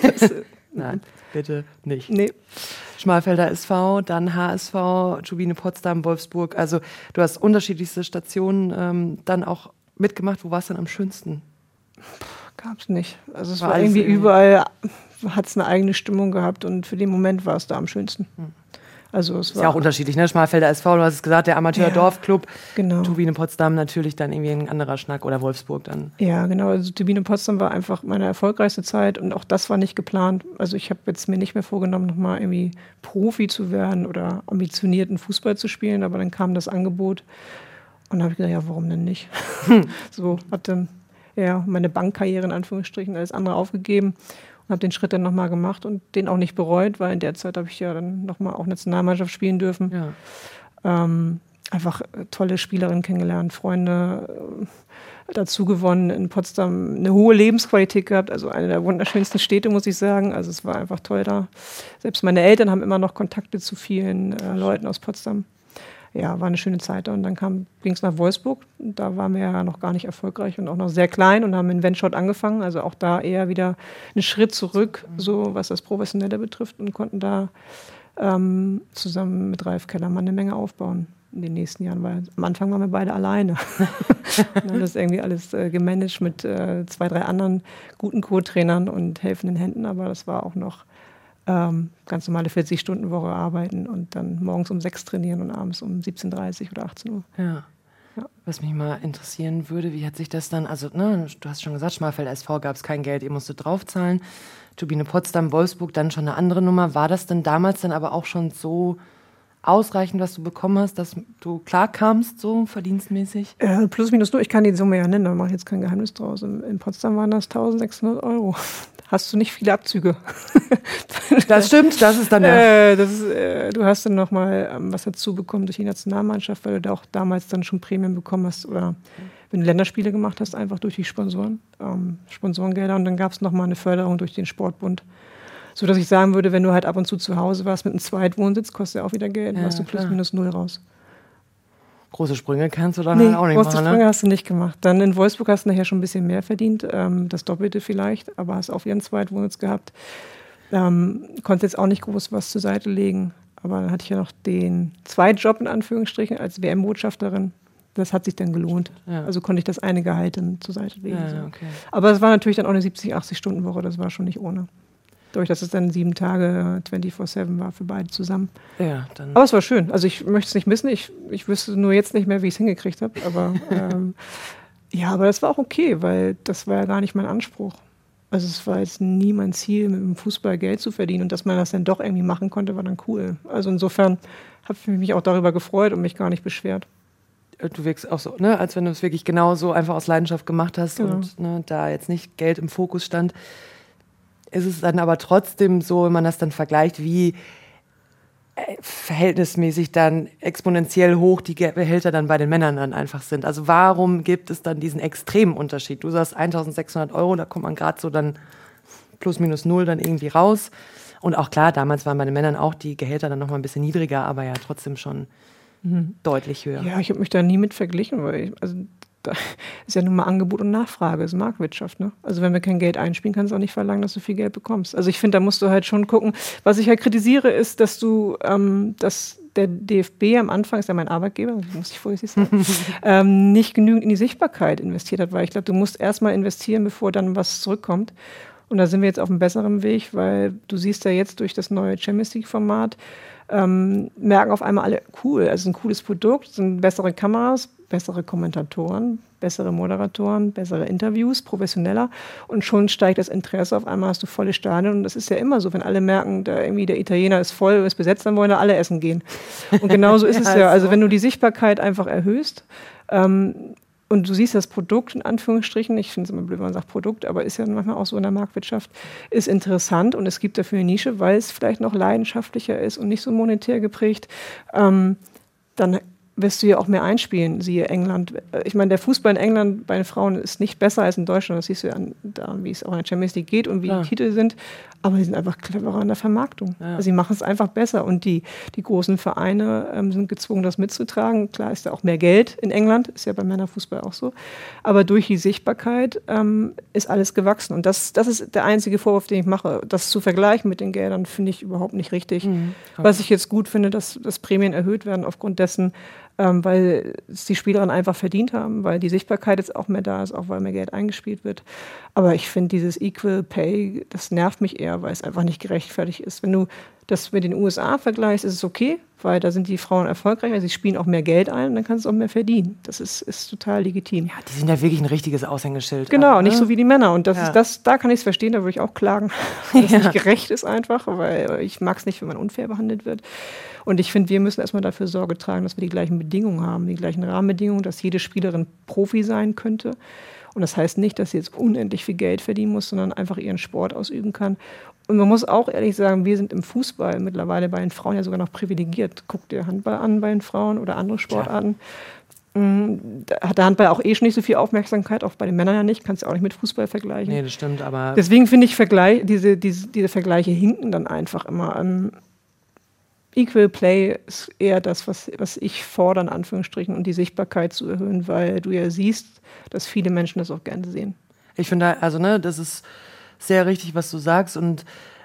Nein, bitte nicht. Nee. Schmalfelder S V, dann H S V, Turbine Potsdam, Wolfsburg. Also du hast unterschiedlichste Stationen ähm, dann auch mitgemacht. Wo war es denn am schönsten? Gab's nicht. Also es war, war irgendwie überall, hat es eine eigene Stimmung gehabt und für den Moment war es da am schönsten. Hm. Also es ist war ja auch unterschiedlich, ne? Schmalfelder S V, du hast es gesagt, der Amateur-Dorfclub. Ja, genau. Turbine Potsdam natürlich dann irgendwie ein anderer Schnack oder Wolfsburg dann. Ja, genau. Also Turbine Potsdam war einfach meine erfolgreichste Zeit und auch das war nicht geplant. Also ich habe jetzt mir nicht mehr vorgenommen, nochmal irgendwie Profi zu werden oder ambitionierten Fußball zu spielen, aber dann kam das Angebot und dann habe ich gedacht, ja, warum denn nicht? Hm. So, habe dann ja, meine Bankkarriere in Anführungsstrichen alles andere aufgegeben. Habe den Schritt dann nochmal gemacht und den auch nicht bereut, weil in der Zeit habe ich ja dann nochmal auch Nationalmannschaft spielen dürfen. Ja. Ähm, einfach tolle Spielerinnen kennengelernt, Freunde äh, dazu gewonnen, in Potsdam eine hohe Lebensqualität gehabt, also eine der wunderschönsten Städte, muss ich sagen. Also es war einfach toll da. Selbst meine Eltern haben immer noch Kontakte zu vielen äh, Leuten aus Potsdam. Ja, war eine schöne Zeit. Und dann ging es nach Wolfsburg. Da waren wir ja noch gar nicht erfolgreich und auch noch sehr klein und haben in Wenschott angefangen. Also auch da eher wieder einen Schritt zurück, so was das Professionelle betrifft, und konnten da ähm, zusammen mit Ralf Kellermann eine Menge aufbauen in den nächsten Jahren. Weil am Anfang waren wir beide alleine. Wir haben das irgendwie alles äh, gemanagt mit äh, zwei, drei anderen guten Co-Trainern und helfenden Händen. Aber das war auch noch Ähm, ganz normale vierzig-Stunden-Woche arbeiten und dann morgens um sechs trainieren und abends um siebzehn Uhr dreißig oder achtzehn Uhr. Ja. ja. Was mich mal interessieren würde, wie hat sich das dann, also ne, du hast schon gesagt, Schmalfelder S V gab es kein Geld, ihr musstet draufzahlen. Turbine Potsdam, Wolfsburg, dann schon eine andere Nummer. War das denn damals dann aber auch schon so ausreichend, was du bekommen hast, dass du klarkamst, so verdienstmäßig? Äh, plus, minus null. Ich kann die Summe ja nennen, da mache ich jetzt kein Geheimnis draus. In, in Potsdam waren das eintausendsechshundert Euro. Hast du nicht viele Abzüge. Das stimmt, das ist dann ja. Äh, das ist, äh, du hast dann nochmal ähm, was dazu bekommen durch die Nationalmannschaft, weil du da auch damals dann schon Prämien bekommen hast oder wenn du Länderspiele gemacht hast, einfach durch die Sponsoren, ähm, Sponsorengelder. Und dann gab es nochmal eine Förderung durch den Sportbund. So dass ich sagen würde, wenn du halt ab und zu zu Hause warst mit einem Zweitwohnsitz, kostet ja auch wieder Geld, dann ja, warst du plus klar. minus null raus. Große Sprünge kannst du dann nee, halt auch nicht große machen. Große Sprünge ne? hast du nicht gemacht. Dann in Wolfsburg hast du nachher schon ein bisschen mehr verdient, ähm, das Doppelte vielleicht, aber hast auch wieder einen Zweitwohnsitz gehabt. Ähm, konnte jetzt auch nicht groß was zur Seite legen. Aber dann hatte ich ja noch den Zweitjob in Anführungsstrichen als W M-Botschafterin. Das hat sich dann gelohnt. Ja. Also konnte ich das eine Gehalt dann zur Seite legen. Ja, so. okay. Aber es war natürlich dann auch eine siebzig, achtzig Stunden Woche. Das war schon nicht ohne. Dadurch, dass es dann sieben Tage vierundzwanzig sieben war für beide zusammen. Ja, dann. Aber es war schön. Also ich möchte es nicht missen. Ich, ich wüsste nur jetzt nicht mehr, wie ich es hingekriegt habe. Aber ähm, ja, aber das war auch okay, weil das war ja gar nicht mein Anspruch. Also es war jetzt nie mein Ziel, mit dem Fußball Geld zu verdienen. Und dass man das dann doch irgendwie machen konnte, war dann cool. Also insofern habe ich mich auch darüber gefreut und mich gar nicht beschwert. Du wirkst auch so, ne, als wenn du es wirklich genauso einfach aus Leidenschaft gemacht hast, genau. Und ne, da jetzt nicht Geld im Fokus stand. Ist es dann aber trotzdem so, wenn man das dann vergleicht, wie äh, verhältnismäßig dann exponentiell hoch die Gehälter dann bei den Männern dann einfach sind. Also warum gibt es dann diesen extremen Unterschied? Du sagst eintausendsechshundert Euro, da kommt man gerade so dann plus minus null dann irgendwie raus. Und auch klar, damals waren bei den Männern auch die Gehälter dann nochmal ein bisschen niedriger, aber ja trotzdem schon mhm. deutlich höher. Ja, ich habe mich da nie mit verglichen, weil ich, also da ist ja nun mal Angebot und Nachfrage, ist Marktwirtschaft. Ne? Also wenn wir kein Geld einspielen, kannst du auch nicht verlangen, dass du viel Geld bekommst. Also ich finde, da musst du halt schon gucken. Was ich halt kritisiere, ist, dass du, ähm, dass der D F B am Anfang, ist ja mein Arbeitgeber, muss ich vorsichtig sagen, ähm, nicht genügend in die Sichtbarkeit investiert hat, weil ich glaube, du musst erstmal investieren, bevor dann was zurückkommt. Und da sind wir jetzt auf einem besseren Weg, weil du siehst ja jetzt durch das neue Champions League-Format, ähm, merken auf einmal alle, cool, also es ist ein cooles Produkt, es sind bessere Kameras, bessere Kommentatoren, bessere Moderatoren, bessere Interviews, professioneller und schon steigt das Interesse, auf einmal hast du volle Stadien und das ist ja immer so, wenn alle merken, da irgendwie der Italiener ist voll, ist besetzt, dann wollen da alle essen gehen. Und genauso ist ja, es ja, also wenn du die Sichtbarkeit einfach erhöhst, ähm, und du siehst das Produkt, in Anführungsstrichen, ich finde es immer blöd, wenn man sagt Produkt, aber ist ja manchmal auch so in der Marktwirtschaft, ist interessant und es gibt dafür eine Nische, weil es vielleicht noch leidenschaftlicher ist und nicht so monetär geprägt, ähm, dann wirst du ja auch mehr einspielen, siehe England. Ich meine, der Fußball in England bei den Frauen ist nicht besser als in Deutschland, das siehst du ja an, da, wie es auch in der Champions League geht und wie ja. die Titel sind, aber die sind einfach cleverer in der Vermarktung. Ja. Also sie machen es einfach besser und die, die großen Vereine ähm, sind gezwungen, das mitzutragen. Klar ist da auch mehr Geld in England, ist ja beim Männerfußball auch so, aber durch die Sichtbarkeit ähm, ist alles gewachsen und das, das ist der einzige Vorwurf, den ich mache. Das zu vergleichen mit den Geldern finde ich überhaupt nicht richtig. Mhm. Okay. Was ich jetzt gut finde, dass, dass Prämien erhöht werden aufgrund dessen, Ähm, weil es die Spielerinnen einfach verdient haben, weil die Sichtbarkeit jetzt auch mehr da ist, auch weil mehr Geld eingespielt wird. Aber ich finde dieses Equal Pay, das nervt mich eher, weil es einfach nicht gerechtfertigt ist. Wenn du das mit den U S A vergleichst, ist es okay, weil da sind die Frauen erfolgreicher, sie spielen auch mehr Geld ein und dann kannst du auch mehr verdienen. Das ist, ist total legitim. Ja, die sind ja wirklich ein richtiges Aushängeschild. Genau, also, nicht ne? so wie die Männer. Und das ja. ist das, da kann ich es verstehen, da würde ich auch klagen, dass es ja. nicht gerecht ist einfach, weil ich mag es nicht, wenn man unfair behandelt wird. Und ich finde, wir müssen erstmal dafür Sorge tragen, dass wir die gleichen Bedingungen haben, die gleichen Rahmenbedingungen, dass jede Spielerin Profi sein könnte. Und das heißt nicht, dass sie jetzt unendlich viel Geld verdienen muss, sondern einfach ihren Sport ausüben kann. Und man muss auch ehrlich sagen, wir sind im Fußball mittlerweile bei den Frauen ja sogar noch privilegiert. Guck dir Handball an bei den Frauen oder andere Sportarten. Ja. Da hat der Handball auch eh schon nicht so viel Aufmerksamkeit, auch bei den Männern ja nicht. Kannst du auch nicht mit Fußball vergleichen. Nee, das stimmt, aber... Deswegen finde ich, Vergleich, diese, diese, diese Vergleiche hinken dann einfach immer an. Equal Play ist eher das, was, was ich fordere, in Anführungsstrichen, und die Sichtbarkeit zu erhöhen, weil du ja siehst, dass viele Menschen das auch gerne sehen. Ich finde, also, ne, das ist sehr richtig, was du sagst, und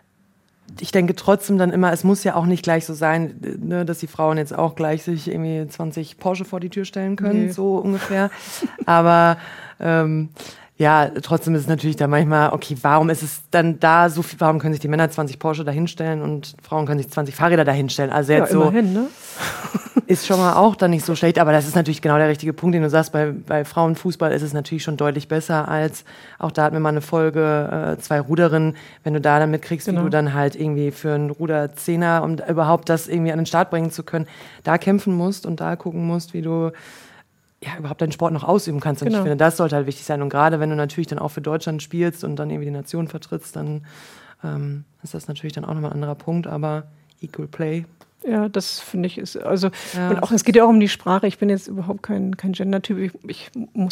ich denke trotzdem dann immer, es muss ja auch nicht gleich so sein, ne, dass die Frauen jetzt auch gleich sich irgendwie zwanzig Porsche vor die Tür stellen können, nee. so ungefähr. Aber ähm, ja, trotzdem ist es natürlich da manchmal, okay, warum ist es dann da so viel, warum können sich die Männer zwanzig Porsche da hinstellen und Frauen können sich zwanzig Fahrräder da hinstellen? Also jetzt ja, so immerhin, ne? ist schon mal auch dann nicht so schlecht, aber das ist natürlich genau der richtige Punkt, den du sagst, bei, bei Frauenfußball ist es natürlich schon deutlich besser als, auch da hatten wir mal eine Folge, äh, zwei Ruderinnen, wenn du da dann mitkriegst, genau. wie du dann halt irgendwie für einen Ruderzehner, um überhaupt das irgendwie an den Start bringen zu können, da kämpfen musst und da gucken musst, wie du ja, überhaupt deinen Sport noch ausüben kannst. Und genau. ich finde, das sollte halt wichtig sein. Und gerade wenn du natürlich dann auch für Deutschland spielst und dann irgendwie die Nation vertrittst, dann ähm, ist das natürlich dann auch nochmal ein anderer Punkt. Aber Equal Play. Ja, das finde ich ist, also, ja, und auch, es geht ja auch um die Sprache. Ich bin jetzt überhaupt kein, kein Gender-Typ. Ich, ich muss das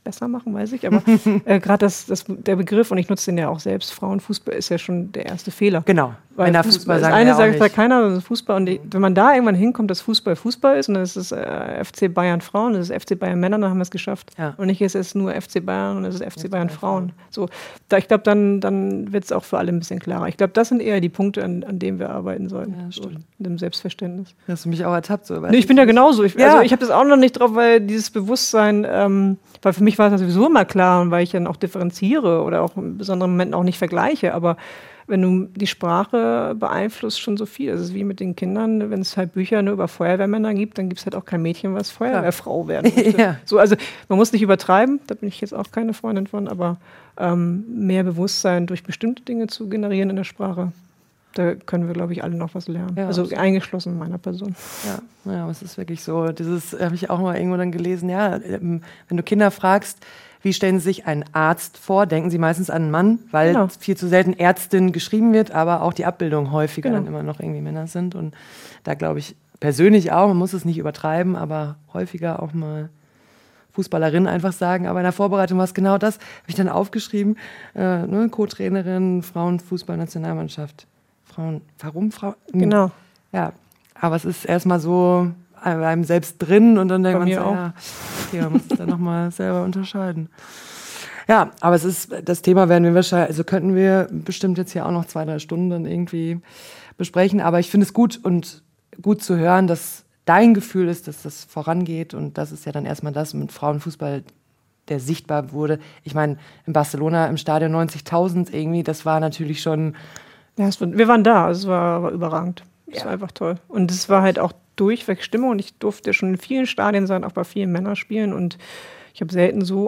besser machen, weiß ich. Aber äh, gerade das, das, der Begriff, und ich nutze den ja auch selbst, Frauenfußball ist ja schon der erste Fehler. Genau. Weil Fußball, Fußball sagen eine sagt ja keiner, das ist Fußball. Und die, wenn man da irgendwann hinkommt, dass Fußball Fußball ist, und das ist äh, F C Bayern Frauen, das ist F C Bayern Männer, dann haben wir es geschafft. Ja. Und nicht ist es nur F C Bayern und es ist F C Bayern Frauen. So, da, ich glaube, dann, dann wird es auch für alle ein bisschen klarer. Ich glaube, das sind eher die Punkte, an, an denen wir arbeiten sollten. Ja, so, in dem Selbstverständnis. Hast du mich auch ertappt? So, nee, ich bin ja genauso. Ich, ja. Also, ich habe das auch noch nicht drauf, weil dieses Bewusstsein, ähm, weil für mich war das sowieso immer klar und weil ich dann auch differenziere oder auch in besonderen Momenten auch nicht vergleiche, aber wenn du die Sprache beeinflusst schon so viel. Das ist wie mit den Kindern, wenn es halt Bücher nur über Feuerwehrmänner gibt, dann gibt es halt auch kein Mädchen, was Feuerwehrfrau werden möchte. Ja. So, also man muss nicht übertreiben, da bin ich jetzt auch keine Freundin von, aber ähm, mehr Bewusstsein durch bestimmte Dinge zu generieren in der Sprache, da können wir, glaube ich, alle noch was lernen. Ja, also absolut. Eingeschlossen in meiner Person. Ja, ja, es ist wirklich so, dieses habe ich auch mal irgendwo dann gelesen, ja, wenn du Kinder fragst, wie stellen Sie sich einen Arzt vor? Denken Sie meistens an einen Mann, weil genau. viel zu selten Ärztin geschrieben wird, aber auch die Abbildung häufiger genau. dann immer noch irgendwie Männer sind. Und da glaube ich persönlich auch, man muss es nicht übertreiben, aber häufiger auch mal Fußballerin einfach sagen. Aber in der Vorbereitung war es genau das, habe ich dann aufgeschrieben, äh, ne, Co-Trainerin, Frauenfußballnationalmannschaft. Frauen, warum Frauen? Genau. Ja, aber es ist erstmal so bei einem selbst drin und dann denkt man so, ja, okay, man muss es dann nochmal selber unterscheiden. Ja, aber es ist, das Thema werden wir wahrscheinlich, also könnten wir bestimmt jetzt hier auch noch zwei, drei Stunden dann irgendwie besprechen, aber ich finde es gut und gut zu hören, dass dein Gefühl ist, dass das vorangeht und das ist ja dann erstmal das mit Frauenfußball, der sichtbar wurde. Ich meine, in Barcelona im Stadion neunzigtausend irgendwie, das war natürlich schon... Ja, es war, wir waren da, es war, war überragend. Es ja. war einfach toll. Und es war halt auch durchweg Stimmung und ich durfte schon in vielen Stadien sein, auch bei vielen Männerspielen und ich habe selten so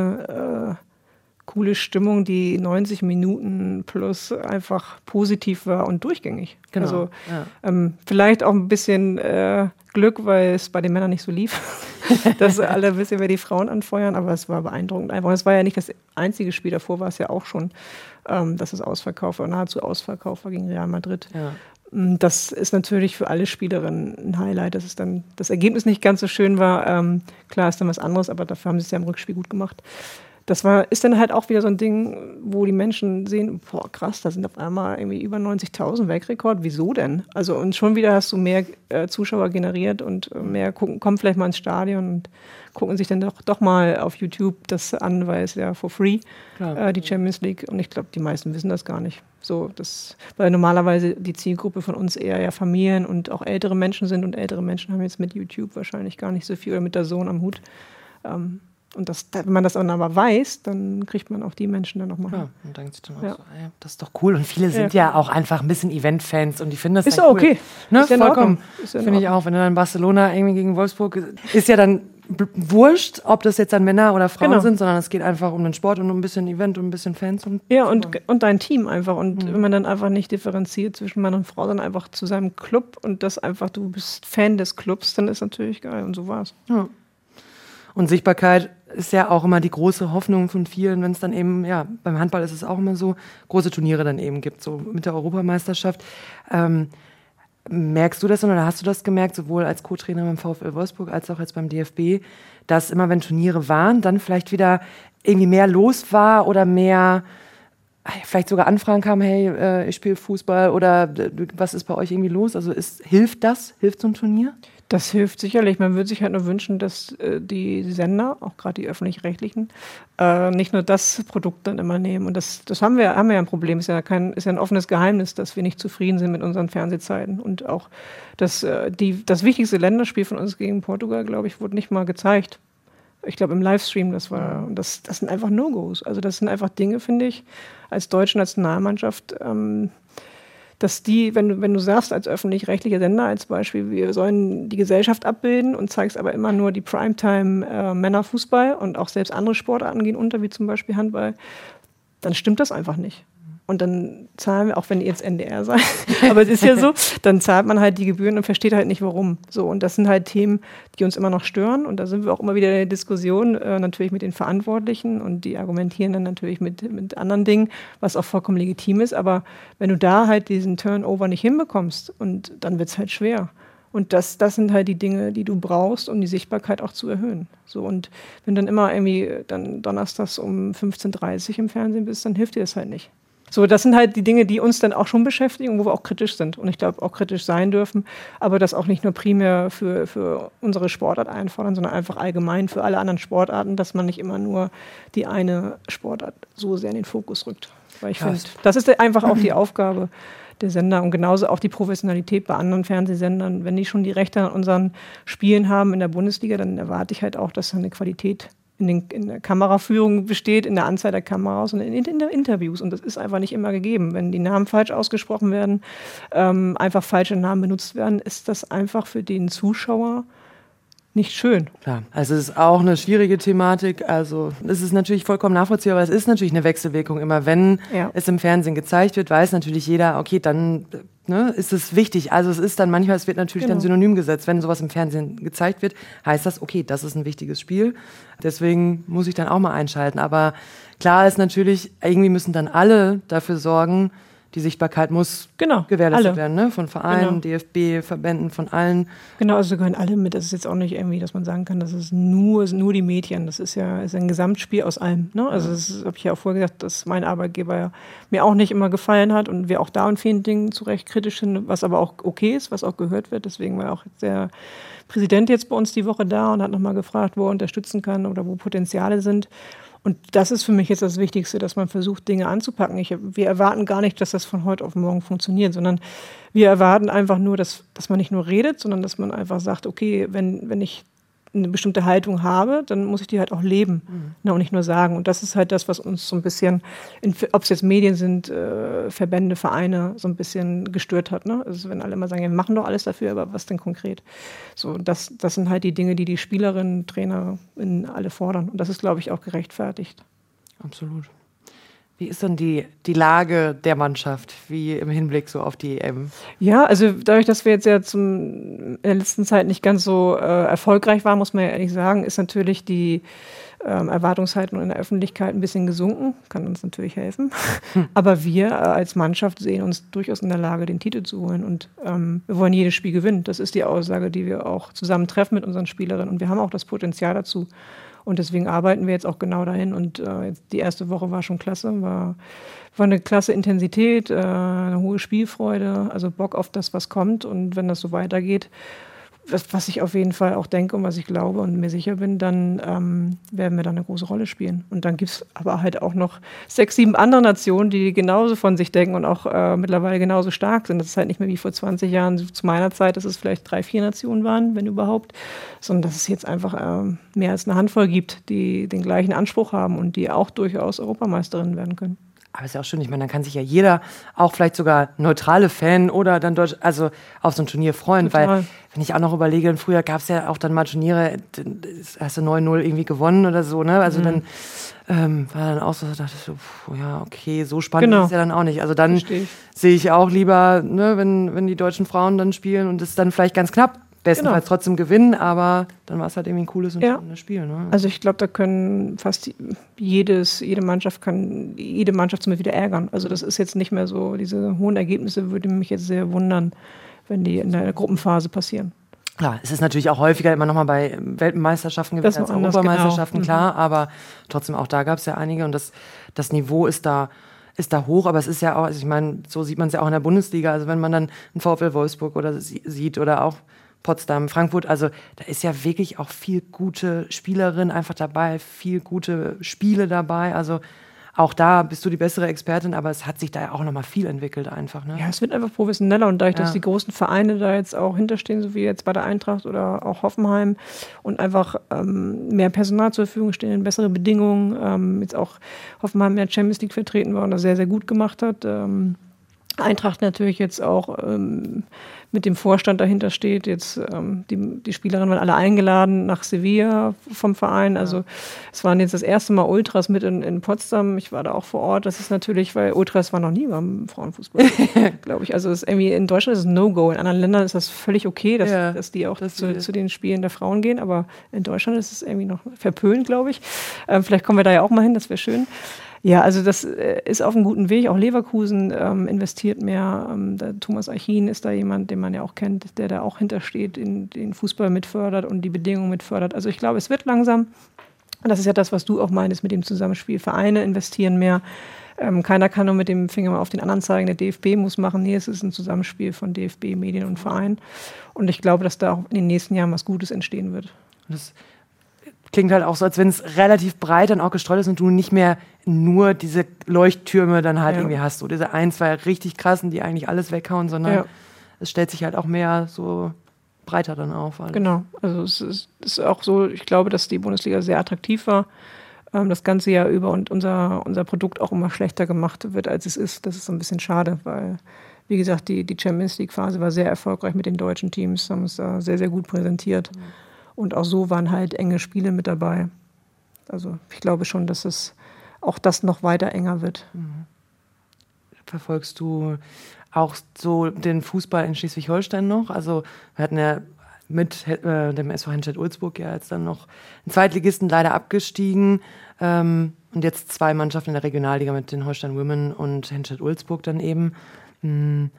eine äh, coole Stimmung, die neunzig Minuten plus einfach positiv war und durchgängig. Genau. Also ja. ähm, vielleicht auch ein bisschen äh, Glück, weil es bei den Männern nicht so lief, dass alle ein bisschen über die Frauen anfeuern, aber es war beeindruckend einfach. Es war ja nicht das einzige Spiel, davor war es ja auch schon, ähm, dass es ausverkauft war, nahezu ausverkauft war gegen Real Madrid. Ja. Das ist natürlich für alle Spielerinnen ein Highlight, dass es dann das Ergebnis nicht ganz so schön war. Ähm, klar ist dann was anderes, aber dafür haben sie es ja im Rückspiel gut gemacht. Das war, ist dann halt auch wieder so ein Ding, wo die Menschen sehen, boah krass, da sind auf einmal irgendwie über neunzigtausend Weltrekord, wieso denn? Also und schon wieder hast du mehr äh, Zuschauer generiert und äh, mehr gucken, kommen vielleicht mal ins Stadion und gucken sich dann doch, doch mal auf YouTube das an, weil es ja for free, äh, die Champions League. Und ich glaube, die meisten wissen das gar nicht. So, das, weil normalerweise die Zielgruppe von uns eher ja Familien und auch ältere Menschen sind und ältere Menschen haben jetzt mit YouTube wahrscheinlich gar nicht so viel oder mit der Sohn am Hut. Ähm, und das, wenn man das dann aber weiß, dann kriegt man auch die Menschen dann nochmal. Ja, und denkt sich dann auch ja. so, ey, das ist doch cool. Und viele sind ja, ja auch einfach ein bisschen Event-Fans und die finden das ist dann cool. Okay. Ne? Ist ja vollkommen. Finde ich auch. Wenn du dann in Barcelona irgendwie gegen Wolfsburg, ist ja dann wurscht, ob das jetzt dann Männer oder Frauen genau. sind, sondern es geht einfach um den Sport und um ein bisschen Event und ein bisschen Fans. Und ja, und, und dein Team einfach. Und mhm. wenn man dann einfach nicht differenziert zwischen Mann und Frau, sondern einfach zu seinem Club und das einfach, du bist Fan des Clubs, dann ist natürlich geil. Und so war's. Ja. Und Sichtbarkeit ist ja auch immer die große Hoffnung von vielen, wenn es dann eben, ja, beim Handball ist es auch immer so, große Turniere dann eben gibt, so mit der Europameisterschaft. Ähm, merkst du das oder hast du das gemerkt, sowohl als Co-Trainer beim VfL Wolfsburg als auch jetzt beim D F B, dass immer, wenn Turniere waren, dann vielleicht wieder irgendwie mehr los war oder mehr, vielleicht sogar Anfragen kamen, hey, äh, ich spiele Fußball oder was ist bei euch irgendwie los? Also ist, hilft das? Hilft so ein Turnier? Das hilft sicherlich. Man würde sich halt nur wünschen, dass äh, die Sender, auch gerade die öffentlich-rechtlichen, äh, nicht nur das Produkt dann immer nehmen. Und das, das haben wir, haben wir ja ein Problem. Ist ja kein, ist ja ein offenes Geheimnis, dass wir nicht zufrieden sind mit unseren Fernsehzeiten. Und auch das, äh, die, das wichtigste Länderspiel von uns gegen Portugal, glaube ich, wurde nicht mal gezeigt. Ich glaube im Livestream, das war, das, das sind einfach No-Gos. Also das sind einfach Dinge, finde ich, als deutsche Nationalmannschaft, ähm, dass die, wenn du, wenn du sagst, als öffentlich-rechtlicher Sender als Beispiel, wir sollen die Gesellschaft abbilden und zeigst aber immer nur die Primetime äh, Männerfußball und auch selbst andere Sportarten gehen unter, wie zum Beispiel Handball, dann stimmt das einfach nicht. Und dann zahlen wir, auch wenn ihr jetzt N D R seid, aber es ist ja so, dann zahlt man halt die Gebühren und versteht halt nicht, warum. So, und das sind halt Themen, die uns immer noch stören. Und da sind wir auch immer wieder in der Diskussion, äh, natürlich mit den Verantwortlichen und die argumentieren dann natürlich mit, mit anderen Dingen, was auch vollkommen legitim ist. Aber wenn du da halt diesen Turnover nicht hinbekommst, und dann wird es halt schwer. Und das, das sind halt die Dinge, die du brauchst, um die Sichtbarkeit auch zu erhöhen. So, und wenn dann immer irgendwie dann donnerstags um fünfzehn Uhr dreißig im Fernsehen bist, dann hilft dir das halt nicht. So, das sind halt die Dinge, die uns dann auch schon beschäftigen, wo wir auch kritisch sind. Und ich glaube, auch kritisch sein dürfen, aber das auch nicht nur primär für, für unsere Sportart einfordern, sondern einfach allgemein für alle anderen Sportarten, dass man nicht immer nur die eine Sportart so sehr in den Fokus rückt. Weil ich finde, das ist einfach auch die Aufgabe der Sender und genauso auch die Professionalität bei anderen Fernsehsendern. Wenn die schon die Rechte an unseren Spielen haben in der Bundesliga, dann erwarte ich halt auch, dass eine Qualität in, den, in der Kameraführung besteht, in der Anzahl der Kameras und in, in der Interviews. Und das ist einfach nicht immer gegeben. Wenn die Namen falsch ausgesprochen werden, ähm, einfach falsche Namen benutzt werden, ist das einfach für den Zuschauer nicht schön. Klar, also es ist auch eine schwierige Thematik. Also es ist natürlich vollkommen nachvollziehbar, aber es ist natürlich eine Wechselwirkung. Immer wenn ja. es im Fernsehen gezeigt wird, weiß natürlich jeder, okay, dann ne, ist es wichtig. Also es ist dann manchmal, es wird natürlich genau. dann synonym gesetzt. Wenn sowas im Fernsehen gezeigt wird, heißt das, okay, das ist ein wichtiges Spiel. Deswegen muss ich dann auch mal einschalten. Aber klar ist natürlich, irgendwie müssen dann alle dafür sorgen, die Sichtbarkeit muss genau, gewährleistet alle. werden, ne? Von Vereinen, genau. D F B, Verbänden, von allen. Genau, also gehören alle mit. Das ist jetzt auch nicht irgendwie, dass man sagen kann, das ist nur, nur die Medien. Das ist ja ist ein Gesamtspiel aus allem. Ne? Also das habe ich ja auch vorher gesagt, dass mein Arbeitgeber ja mir auch nicht immer gefallen hat und wir auch da in vielen Dingen zu Recht kritisch sind, was aber auch okay ist, was auch gehört wird. Deswegen war auch der Präsident jetzt bei uns die Woche da und hat nochmal gefragt, wo er unterstützen kann oder wo Potenziale sind. Und das ist für mich jetzt das Wichtigste, dass man versucht, Dinge anzupacken. Ich, wir erwarten gar nicht, dass das von heute auf morgen funktioniert, sondern wir erwarten einfach nur, dass, dass man nicht nur redet, sondern dass man einfach sagt, okay, wenn, wenn ich eine bestimmte Haltung habe, dann muss ich die halt auch leben, mhm. ne, und nicht nur sagen. Und das ist halt das, was uns so ein bisschen, ob es jetzt Medien sind, äh, Verbände, Vereine, so ein bisschen gestört hat. Ne? Also wenn alle immer sagen, ja, wir machen doch alles dafür, aber was denn konkret? So, das, das sind halt die Dinge, die die Spielerinnen, Trainer in alle fordern. Und das ist, glaube ich, auch gerechtfertigt. Absolut. Wie ist denn die, die Lage der Mannschaft, wie im Hinblick so auf die E M? Ja, also dadurch, dass wir jetzt ja zum, in der letzten Zeit nicht ganz so äh, erfolgreich waren, muss man ja ehrlich sagen, ist natürlich die ähm, Erwartungshaltung in der Öffentlichkeit ein bisschen gesunken. Kann uns natürlich helfen. Hm. Aber wir äh, als Mannschaft sehen uns durchaus in der Lage, den Titel zu holen. Und ähm, wir wollen jedes Spiel gewinnen. Das ist die Aussage, die wir auch zusammen treffen mit unseren Spielerinnen. Und wir haben auch das Potenzial dazu. Und deswegen arbeiten wir jetzt auch genau dahin. Und äh, jetzt die erste Woche war schon klasse, war, war eine klasse Intensität, äh, eine hohe Spielfreude, also Bock auf das, was kommt. Und wenn das so weitergeht, was, was ich auf jeden Fall auch denke und was ich glaube und mir sicher bin, dann ähm, werden wir da eine große Rolle spielen. Und dann gibt es aber halt auch noch sechs, sieben andere Nationen, die genauso von sich denken und auch äh, mittlerweile genauso stark sind. Das ist halt nicht mehr wie vor zwanzig Jahren zu meiner Zeit, dass es vielleicht drei, vier Nationen waren, wenn überhaupt, sondern dass es jetzt einfach äh, mehr als eine Handvoll gibt, die den gleichen Anspruch haben und die auch durchaus Europameisterinnen werden können. Aber ist ja auch schön, ich meine, dann kann sich ja jeder, auch vielleicht sogar neutrale Fan oder dann Deutsch, also auf so ein Turnier freuen, Total. Weil, wenn ich auch noch überlege, früher gab es ja auch dann mal Turniere, hast du neun null irgendwie gewonnen oder so, ne, also mhm. dann ähm, war dann auch so, dachte ich so, pff, ja, okay, so spannend genau. ist es ja dann auch nicht, also dann sehe ich auch lieber, ne, wenn, wenn die deutschen Frauen dann spielen und es dann vielleicht ganz knapp bestenfalls genau. trotzdem gewinnen, aber dann war es halt irgendwie ein cooles und ja. spannendes Spiel. Ne? Also ich glaube, da können fast jedes, jede Mannschaft kann jede Mannschaft somit wieder ärgern. Also das ist jetzt nicht mehr so, diese hohen Ergebnisse würde mich jetzt sehr wundern, wenn die in der Gruppenphase passieren. Klar, es ist natürlich auch häufiger immer noch mal bei Weltmeisterschaften gewesen als Europameisterschaften, genau. klar, aber trotzdem auch da gab es ja einige und das, das Niveau ist da ist da hoch, aber es ist ja auch, also ich meine, so sieht man es ja auch in der Bundesliga, also wenn man dann einen VfL Wolfsburg oder sieht oder auch Potsdam, Frankfurt, also da ist ja wirklich auch viel gute Spielerin einfach dabei, viel gute Spiele dabei, also auch da bist du die bessere Expertin, aber es hat sich da ja auch nochmal viel entwickelt einfach. Ne? Ja, es wird einfach professioneller und dadurch, ja. dass die großen Vereine da jetzt auch hinterstehen, so wie jetzt bei der Eintracht oder auch Hoffenheim und einfach ähm, mehr Personal zur Verfügung stehen, bessere Bedingungen, ähm, jetzt auch Hoffenheim in der Champions League vertreten war und das sehr, sehr gut gemacht hat. Ähm, Eintracht natürlich jetzt auch ähm, mit dem Vorstand dahinter steht. Jetzt ähm, die, die Spielerinnen waren alle eingeladen nach Sevilla vom Verein. Also ja. es waren jetzt das erste Mal Ultras mit in, in Potsdam. Ich war da auch vor Ort. Das ist natürlich, weil Ultras waren noch nie beim Frauenfußball, glaube ich. Also es ist irgendwie in Deutschland ist es ein No-Go. In anderen Ländern ist das völlig okay, dass, ja, dass die auch das zu, zu den Spielen der Frauen gehen. Aber in Deutschland ist es irgendwie noch verpönt, glaube ich. Ähm, vielleicht kommen wir da ja auch mal hin. Das wäre schön. Ja, also das ist auf einem guten Weg. Auch Leverkusen ähm, investiert mehr. Ähm, der Thomas Eichin ist da jemand, den man ja auch kennt, der da auch hintersteht, in den Fußball mitfördert und die Bedingungen mitfördert. Also ich glaube, es wird langsam. Und das ist ja das, was du auch meinst mit dem Zusammenspiel. Vereine investieren mehr. Ähm, keiner kann nur mit dem Finger mal auf den anderen zeigen, der D F B muss machen. Nee, es ist ein Zusammenspiel von D F B, Medien und Verein. Und ich glaube, dass da auch in den nächsten Jahren was Gutes entstehen wird. Das klingt halt auch so, als wenn es relativ breit dann auch gestreut ist und du nicht mehr nur diese Leuchttürme dann halt ja. irgendwie hast. So diese ein, zwei richtig krassen, die eigentlich alles weghauen, sondern ja. es stellt sich halt auch mehr so breiter dann auf. Alles. Genau, also es ist, es ist auch so, ich glaube, dass die Bundesliga sehr attraktiv war, ähm, das ganze Jahr über und unser, unser Produkt auch immer schlechter gemacht wird, als es ist. Das ist so ein bisschen schade, weil, wie gesagt, die, die Champions League-Phase war sehr erfolgreich mit den deutschen Teams, haben es da sehr, sehr gut präsentiert. Mhm. Und auch so waren halt enge Spiele mit dabei. Also ich glaube schon, dass es auch das noch weiter enger wird. Mhm. Verfolgst du auch so den Fußball in Schleswig-Holstein noch? Also wir hatten ja mit äh, dem S V Henstedt-Ulzburg ja jetzt dann noch einen Zweitligisten leider abgestiegen. Ähm, und jetzt zwei Mannschaften in der Regionalliga mit den Holstein Women und Henstedt-Ulzburg dann eben. Hm.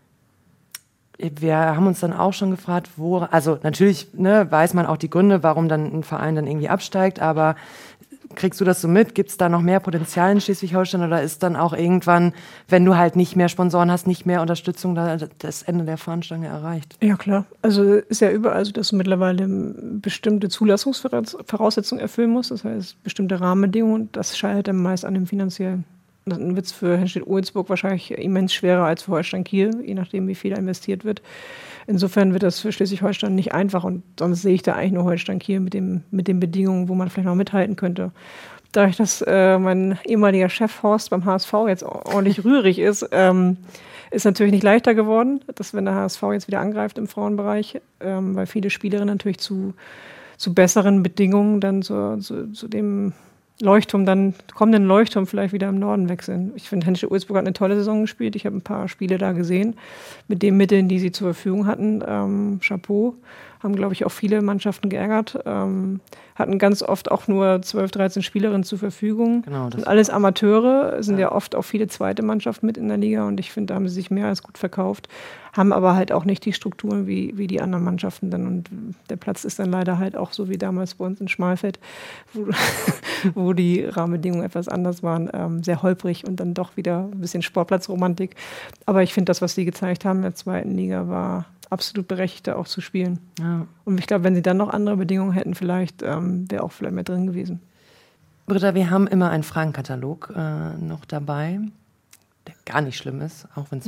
Wir haben uns dann auch schon gefragt, wo, also natürlich ne, weiß man auch die Gründe, warum dann ein Verein dann irgendwie absteigt, aber kriegst du das so mit? Gibt es da noch mehr Potenzial in Schleswig-Holstein oder ist dann auch irgendwann, wenn du halt nicht mehr Sponsoren hast, nicht mehr Unterstützung, da das Ende der Fahnenstange erreicht? Ja klar, also ist ja überall so, dass du mittlerweile bestimmte Zulassungsvoraussetzungen erfüllen musst, das heißt bestimmte Rahmenbedingungen, das scheitert dann meist an dem Finanziellen. Dann wird es für Henstedt-Ulzburg wahrscheinlich immens schwerer als für Holstein-Kiel, je nachdem, wie viel da investiert wird. Insofern wird das für Schleswig-Holstein nicht einfach und sonst sehe ich da eigentlich nur Holstein-Kiel mit, dem, mit den Bedingungen, wo man vielleicht noch mithalten könnte. Dadurch, dass äh, mein ehemaliger Chef Horst beim H S V jetzt ordentlich rührig ist, ähm, ist natürlich nicht leichter geworden, dass wenn der H S V jetzt wieder angreift im Frauenbereich, ähm, weil viele Spielerinnen natürlich zu, zu besseren Bedingungen dann zu, zu, zu dem Leuchtturm, dann kommenden Leuchtturm vielleicht wieder im Norden wechseln. Ich finde, Henstedt-Ulzburg hat eine tolle Saison gespielt. Ich habe ein paar Spiele da gesehen mit den Mitteln, die sie zur Verfügung hatten. Ähm, Chapeau. Haben, glaube ich, auch viele Mannschaften geärgert. Ähm, hatten ganz oft auch nur zwölf, dreizehn Spielerinnen zur Verfügung. Genau, das sind alles Amateure, sind ja. ja oft auch viele zweite Mannschaften mit in der Liga und ich finde, da haben sie sich mehr als gut verkauft, haben aber halt auch nicht die Strukturen wie, wie die anderen Mannschaften dann und der Platz ist dann leider halt auch so wie damals bei uns in Schmalfeld, wo, wo die Rahmenbedingungen etwas anders waren, ähm, sehr holprig und dann doch wieder ein bisschen Sportplatzromantik. Aber ich finde, das, was sie gezeigt haben in der zweiten Liga, war absolut berechtigt, da auch zu spielen. Ja. Und ich glaube, wenn sie dann noch andere Bedingungen hätten, vielleicht ähm, wäre auch vielleicht mehr drin gewesen. Britta, wir haben immer einen Fragenkatalog äh, noch dabei, der gar nicht schlimm ist, auch wenn es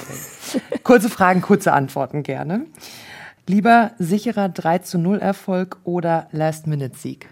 kurze Fragen, kurze Antworten gerne. Lieber sicherer drei zu null Erfolg oder Last-Minute-Sieg?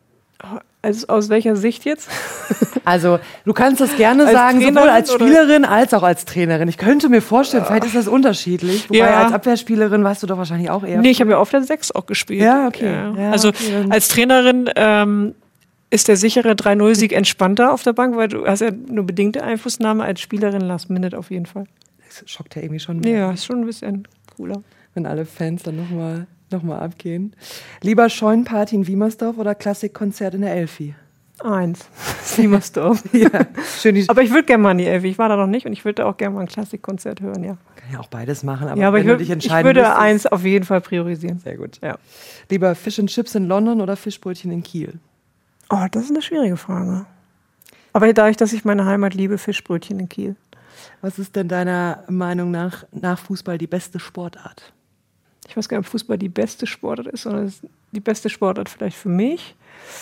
Also aus welcher Sicht jetzt? Also du kannst das gerne als sagen, Trainerin sowohl als Spielerin oder? als auch als Trainerin. Ich könnte mir vorstellen, vielleicht ist das unterschiedlich. Wobei ja. als Abwehrspielerin warst du doch wahrscheinlich auch eher... Nee, ich habe ja auf der sechs auch gespielt. Ja, okay. Ja. Ja, also okay, als Trainerin ähm, ist der sichere drei null Sieg entspannter auf der Bank, weil du hast ja nur bedingte Einflussnahme. Als Spielerin Last Minute auf jeden Fall. Das schockt ja irgendwie schon. Ja, ist schon ein bisschen cooler. Wenn alle Fans dann nochmal noch mal abgehen. Lieber Scheunenparty in Wiemersdorf oder Klassikkonzert in der Elfi? Eins. Wiemersdorf. Ja, schön. Die aber ich würde gerne mal in die Elfi. Ich war da noch nicht und ich würde auch gerne mal ein Klassikkonzert hören, ja. Kann ja auch beides machen, aber, ja, aber wenn ich, du würd, dich entscheiden ich würde müsstest, eins auf jeden Fall priorisieren. Sehr gut. Ja. Lieber Fish and Chips in London oder Fischbrötchen in Kiel? Oh, das ist eine schwierige Frage. Aber dadurch, dass ich meine Heimat liebe, Fischbrötchen in Kiel. Was ist denn deiner Meinung nach nach Fußball die beste Sportart? Ich weiß gar nicht, ob Fußball die beste Sportart ist, sondern es ist die beste Sportart vielleicht für mich.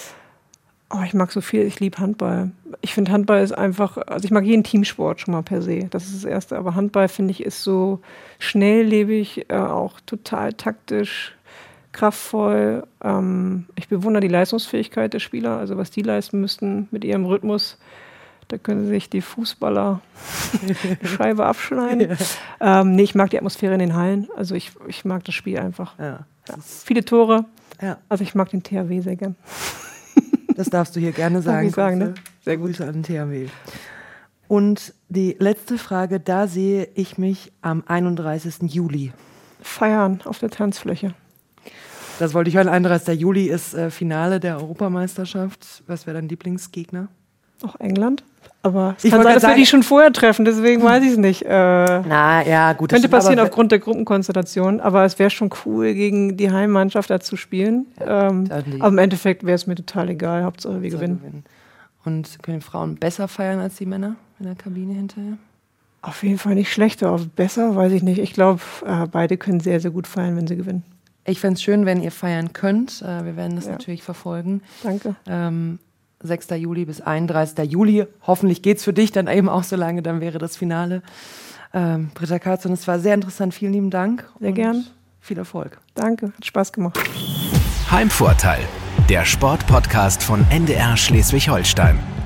Oh, ich mag so viel, ich liebe Handball. Ich finde, Handball ist einfach, also ich mag jeden Teamsport schon mal per se, das ist das Erste. Aber Handball, finde ich, ist so schnelllebig, äh, auch total taktisch, kraftvoll. Ähm, ich bewundere die Leistungsfähigkeit der Spieler, also was die leisten müssten mit ihrem Rhythmus. Da können sich die Fußballer die Scheibe abschneiden. Ja. Ähm, nee, ich mag die Atmosphäre in den Hallen. Also ich, ich mag das Spiel einfach. Ja. Ja. Viele Tore. Ja. Also ich mag den T H W sehr gern. Das darfst du hier gerne sagen. Darf ich sagen, ne? Sehr gut an den T H W. Und die letzte Frage, da sehe ich mich am einunddreißigsten Juli. Feiern auf der Tanzfläche. Das wollte ich hören. einunddreißigsten Juli ist äh, Finale der Europameisterschaft. Was wäre dein Lieblingsgegner? Auch England. Aber es Ich kann wollte sein, dass sagen- wir die schon vorher treffen, deswegen weiß ich es nicht. Äh, Na ja, gut. das könnte stimmt, passieren aber- aufgrund der Gruppenkonstellation, aber es wäre schon cool, gegen die Heimmannschaft da zu spielen. ähm, dann die- aber im Endeffekt wäre es mir total egal, Hauptsache wir gewinnen. gewinnen. Und können die Frauen besser feiern als die Männer in der Kabine hinterher? Auf jeden Fall nicht schlechter, aber besser, weiß ich nicht. Ich glaube, äh, beide können sehr, sehr gut feiern, wenn sie gewinnen. Ich fände es schön, wenn ihr feiern könnt. Äh, wir werden das Ja. natürlich verfolgen. Danke. Ähm, sechster Juli bis einunddreißigster Juli. Hoffentlich geht's für dich dann eben auch so lange, dann wäre das Finale. Ähm, Britta Karlsson, es war sehr interessant. Vielen lieben Dank. Sehr und gern. Viel Erfolg. Danke, hat Spaß gemacht. Heimvorteil, der Sportpodcast von N D R Schleswig-Holstein.